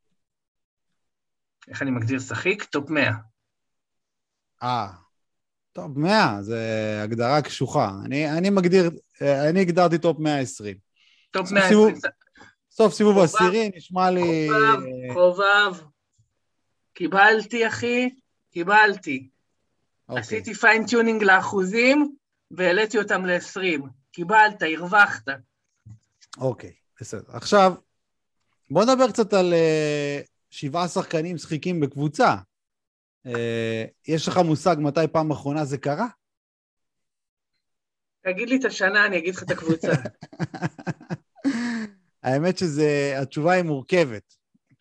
איך אני מגדיר שחיק? טופ 100. טופ 100, זה הגדרה קשוחה. אני הגדרתי טופ 120. טופ 120. סוף סיבוב עשירי, נשמע לי... חובב. קיבלתי, אחי, קיבלתי. עשיתי פיינטיונינג לאחוזים, והעליתי אותם ל-20. קיבלת, הרווחת. אוקיי, בסדר. עכשיו, בוא נדבר קצת על 7 שחקנים שחיקים בקבוצה. יש לך מושג מתי פעם אחרונה זה קרה? תגיד לי את השנה, אני אגיד לך את הקבוצה. האמת התשובה היא מורכבת.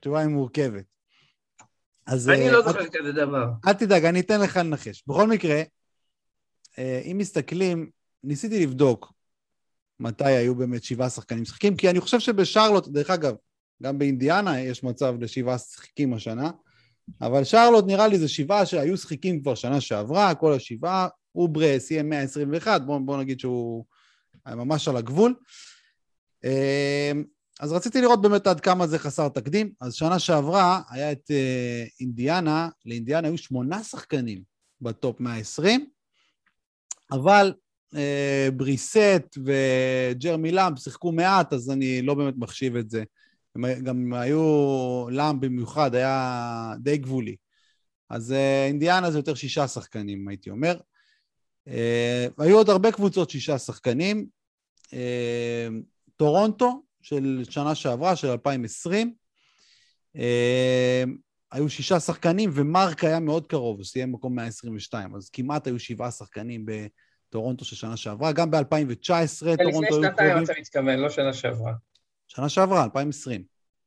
אני לא זוכר כזה דבר. אל תדאג, אני אתן לך לנחש. בכל מקרה, אם מסתכלים ניסיתי לבדוק מתי היו באמת 7 שחקנים משחקים, כי אני חושב שבשרלוט, דרך אגב, גם באינדיאנה יש מצב ל7 שחקים השנה, אבל שרלוט נראה לי זה 7 שהיו שחקים כבר שנה שעברה, כל ה7, אוברה סיים 121, בוא נגיד שהוא ממש על הגבול. אז רציתי לראות באמת עד כמה זה חסר תקדים. אז שנה שעברה היה את אינדיאנה, לאינדיאנה היו 8 שחקנים בטופ 120, אבל בריסט וג'רמי למב שיחקו מעט, אז אני לא באמת מחשיב את זה. גם היו, למב במיוחד היה די גבולי. אז אינדיאנה זה יותר 6 שחקנים, הייתי אומר. היו עוד הרבה קבוצות 6 שחקנים. טורונטו של שנה שעברה, של 2020, היו 6 שחקנים, ומרק היה מאוד קרוב, הוא סיים מקום 122, אז כמעט היו 7 שחקנים בטורונטו של שנה שעברה, גם ב-2019 טורונטו היו קרובים. לפני שנתיים אתה מתכוון, לא שנה שעברה. שנה שעברה, 2020.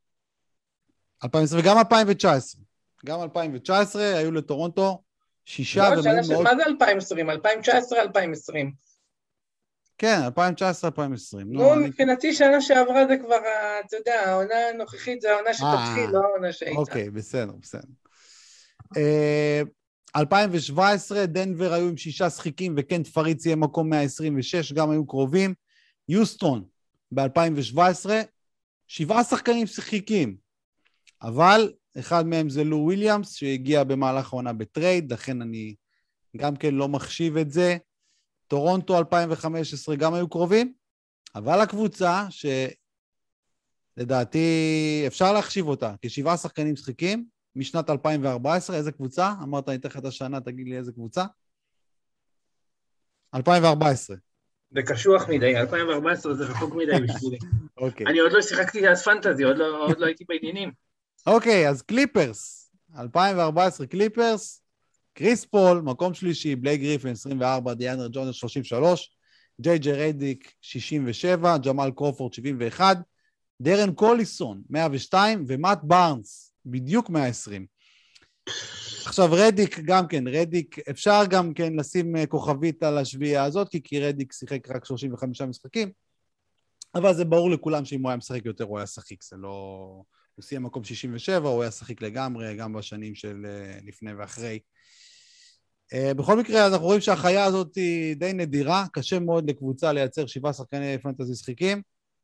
2020 וגם 2019. גם 2019 היו לטורונטו 6 מאוד... מה זה 2020? 2019, 2020. כן, 2019-2020. נו, מבחינתי שנה שעברה זה כבר, אתה יודע, העונה הנוכחית זה העונה שתתחיל, לא העונה שהייתה. אוקיי, בסדר. 2017, דנבר היו עם 6 שחיקים, וקנט פריץ יהיה מקום 126, גם היו קרובים. יוסטון, ב-2017, 7 שחקנים שחיקים, אבל אחד מהם זה לו וויליאמס, שהגיע במהלך העונה בטרייד, לכן אני גם כן לא מחשיב את זה. טורונטו 2015 גם היו קרובים, אבל הקבוצה שלדעתי אפשר להחשיב אותה, כ7 שחקנים שחיקים, משנת 2014, איזה קבוצה? אמרת, אני תכף את השנה, תגיד לי איזה קבוצה? 2014. זה קשוח מדי, 2014 זה רחוק מדי בשבילי. אוקיי. אני עוד לא שיחקתי אז פנטזי, עוד לא הייתי בעניינים. אוקיי, אז קליפרס, 2014 קליפרס, קריס פול, מקום שלישי, בלייק גריפין, 24, דיאנדרה ג'ונס, 33, ג'יי רדיק, 67, ג'מאל קרופורד, 71, דרן קוליסון, 102, ומאט בארנס, בדיוק 120. עכשיו, רדיק גם כן, אפשר גם כן לשים כוכבית על השביעה הזאת, כי רדיק שיחק רק 35 משחקים, אבל זה ברור לכולם שאם הוא היה משחק יותר, הוא היה שחיק, זה לא... הוא סיים מקום 67, הוא היה שחיק לגמרי, גם בשנים של לפני ואחרי. בכל מקרה, אנחנו רואים שהחיה הזאת היא די נדירה, קשה מאוד לקבוצה לייצר 7 שחקני פנטזי שחיקים,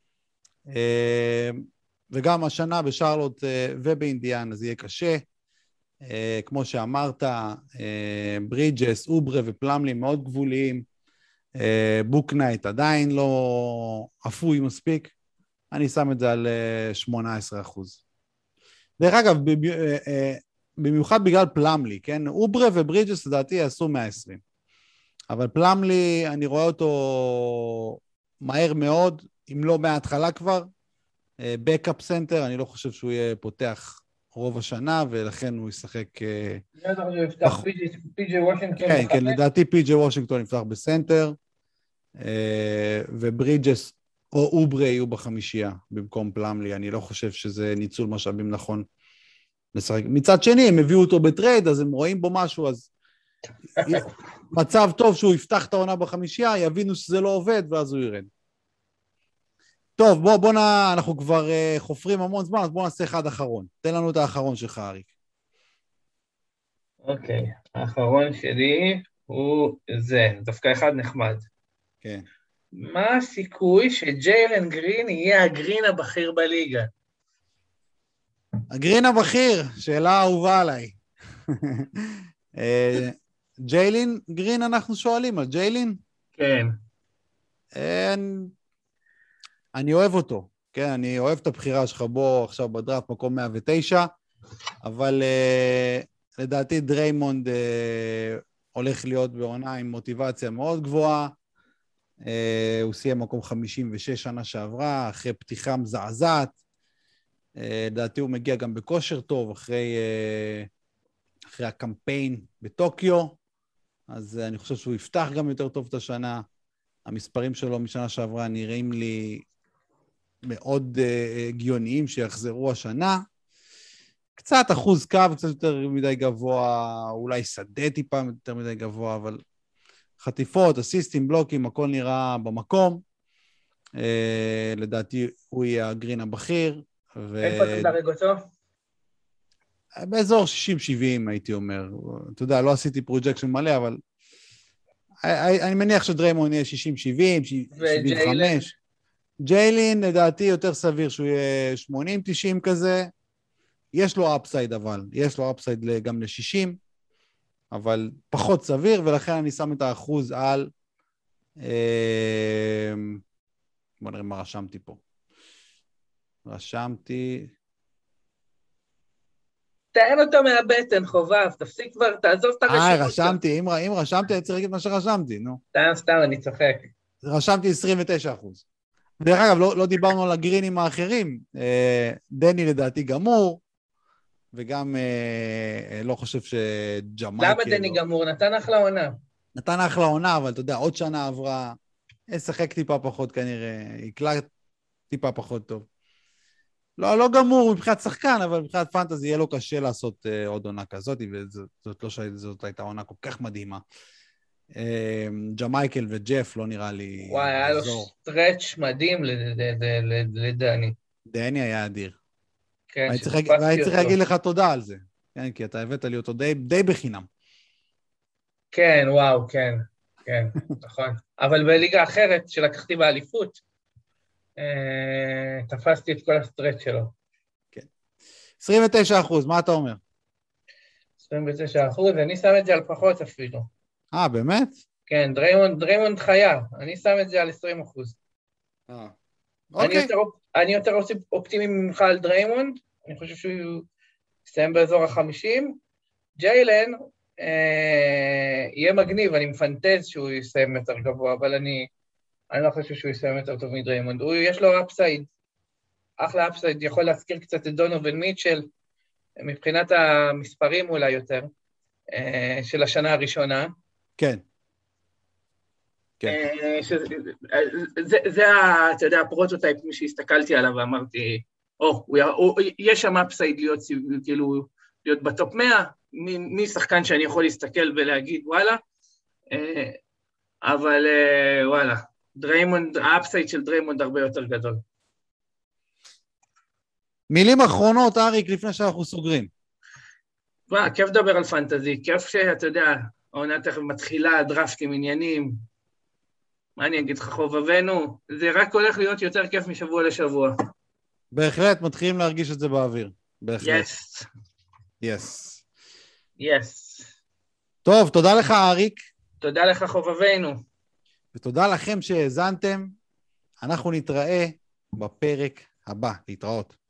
וגם השנה בשרלוט ובאינדיאנה זה יהיה קשה, כמו שאמרת, ברידג'ס, אוברה ופלמלי מאוד גבוליים, בוקנייט עדיין לא אפוי מספיק, אני שם את זה על 18%. דרך אגב, במיוחד בגלל פלמלי, כן? אוברה וברידג'ס לדעתי יעשו 120. אבל פלמלי, אני רואה אותו מהר מאוד, אם לא מההתחלה כבר, בקאפ סנטר, אני לא חושב שהוא יהיה פותח רוב השנה, ולכן הוא ישחק... פי.ג'יי וושינגטון. כן, כן, לדעתי פי.ג'יי וושינגטון יפתח בסנטר, וברידג'ס או אוברה יהיו בחמישייה במקום פלמלי, אני לא חושב שזה ניצול משאבים נכון לשחק. מצד שני, הם הביאו אותו בטרייד, אז הם רואים בו משהו, אז מצב טוב שהוא יפתח את העונה בחמישייה, יבינו שזה לא עובד, ואז הוא ירד. טוב, אנחנו כבר חופרים המון זמן, אז בוא נעשה אחד אחרון. תן לנו את האחרון שלך, אריק. אוקיי, האחרון שלי הוא זה, דווקא אחד נחמד. כן. מה הסיכוי שג'יילן גרין יהיה הגרין הבכיר בליגה? הגרין הבכיר, שאלה אהובה עליי. ג'יילן גרין אנחנו שואלים על ג'יילן? כן. אני אוהב אותו, כן, אני אוהב את הבחירה שלך בו עכשיו בדראפט מקום 109, אבל לדעתי דריימונד הולך להיות בעונה עם מוטיבציה מאוד גבוהה, הוא סיים מקום 56 שנה שעברה, אחרי פתיחה מזעזעת, לדעתי הוא מגיע גם בכושר טוב, אחרי הקמפיין בטוקיו, אז אני חושב שהוא יפתח גם יותר טוב את השנה, המספרים שלו משנה שעברה נראים לי מאוד הגיוניים שיחזרו השנה, קצת אחוז קו, קצת יותר מדי גבוה, אולי שדה טיפה יותר מדי גבוה, אבל חטיפות, אסיסטים, בלוקים, הכל נראה במקום. לדעתי הוא יהיה הגרין הבכיר. איפה אתה מדרג אותו? באזור 60-70 הייתי אומר. אתה יודע, לא עשיתי פרוג'קשן מלא, אבל אני מניח שדריימון יהיה 60-70, 75. ג'יילין, לדעתי, יותר סביר שהוא יהיה 80-90 כזה. יש לו אפסייד אבל, יש לו אפסייד גם ל-60, אבל פחות סביר, ולכן אני שם את האחוז על... בוא נראה מה רשמתי פה. רשמתי... תאם אותו מהבטן, חובב, תפסיק כבר, תעזוב את הרשימות. רשמתי, אם רשמתי, אני צריך להגיד מה שרשמתי, נו. סתם, אני צוחק. רשמתי 29%. דרך אגב, לא דיברנו על הגרינים האחרים. דני לדעתי גמור, וגם לא חושב שג'מייקל... למה דני גמור? נתן אחלה עונה. נתן אחלה עונה, אבל אתה יודע, עוד שנה עברה, שחק טיפה פחות כנראה, יקלט טיפה פחות טוב. לא גמור מבחינת שחקן, אבל מבחינת פנטזי יהיה לו קשה לעשות עוד עונה כזאת, וזאת הייתה עונה כל כך מדהימה. ג'מייקל וג'ף לא נראה לי... וואי, היה לו סטרץ' מדהים לדני. דני היה אדיר. כן, והייתי צריך להגיד לך תודה על זה, כן, כי אתה הבאת לי אותו די בחינם. כן, וואו, כן, נכון. אבל בליגה אחרת שלקחתי באליפות, תפסתי את כל הסטרץ' שלו. כן. 29%, מה אתה אומר? 29%, אני שם את זה על פחות אפילו. באמת? כן, דריימונד חיה, אני שם את זה על 20%. אוקיי. אני יותר אופטימי ממך על דריימונד, אני חושב שהוא יסיים באזור ה-50. ג'יילן יהיה מגניב, אני מפנטז שהוא יסיים יותר גבוה, אבל אני לא חושב שהוא יסיים יותר טוב מדריימונד. יש לו אפסייד, אחלה אפסייד, יכול להזכיר קצת את דונובין מיטשל, מבחינת המספרים אולי יותר, של השנה הראשונה. כן. זה, אתה יודע, הפרוטוטייפ, מי שהסתכלתי עליו ואמרתי, יש שם אפסייד להיות בטופ 100, מי שחקן שאני יכול להסתכל ולהגיד, וואלה, אבל וואלה, האפסייד של דריימונד הרבה יותר גדול. מילים אחרונות, אריק, לפני שאנחנו סוגרים. כיף לדבר על פנטזי, כיף שאתה יודע, העונה תכף מתחילה, דרפטים, עניינים, מה אני אגיד לך, חובבנו, זה רק הולך להיות יותר כיף משבוע לשבוע. בהחלט, מתחילים להרגיש את זה באוויר. בהחלט. Yes. טוב, תודה לך, אריק. תודה לך, חובבנו. ותודה לכם שהאזנתם. אנחנו נתראה בפרק הבא. להתראות.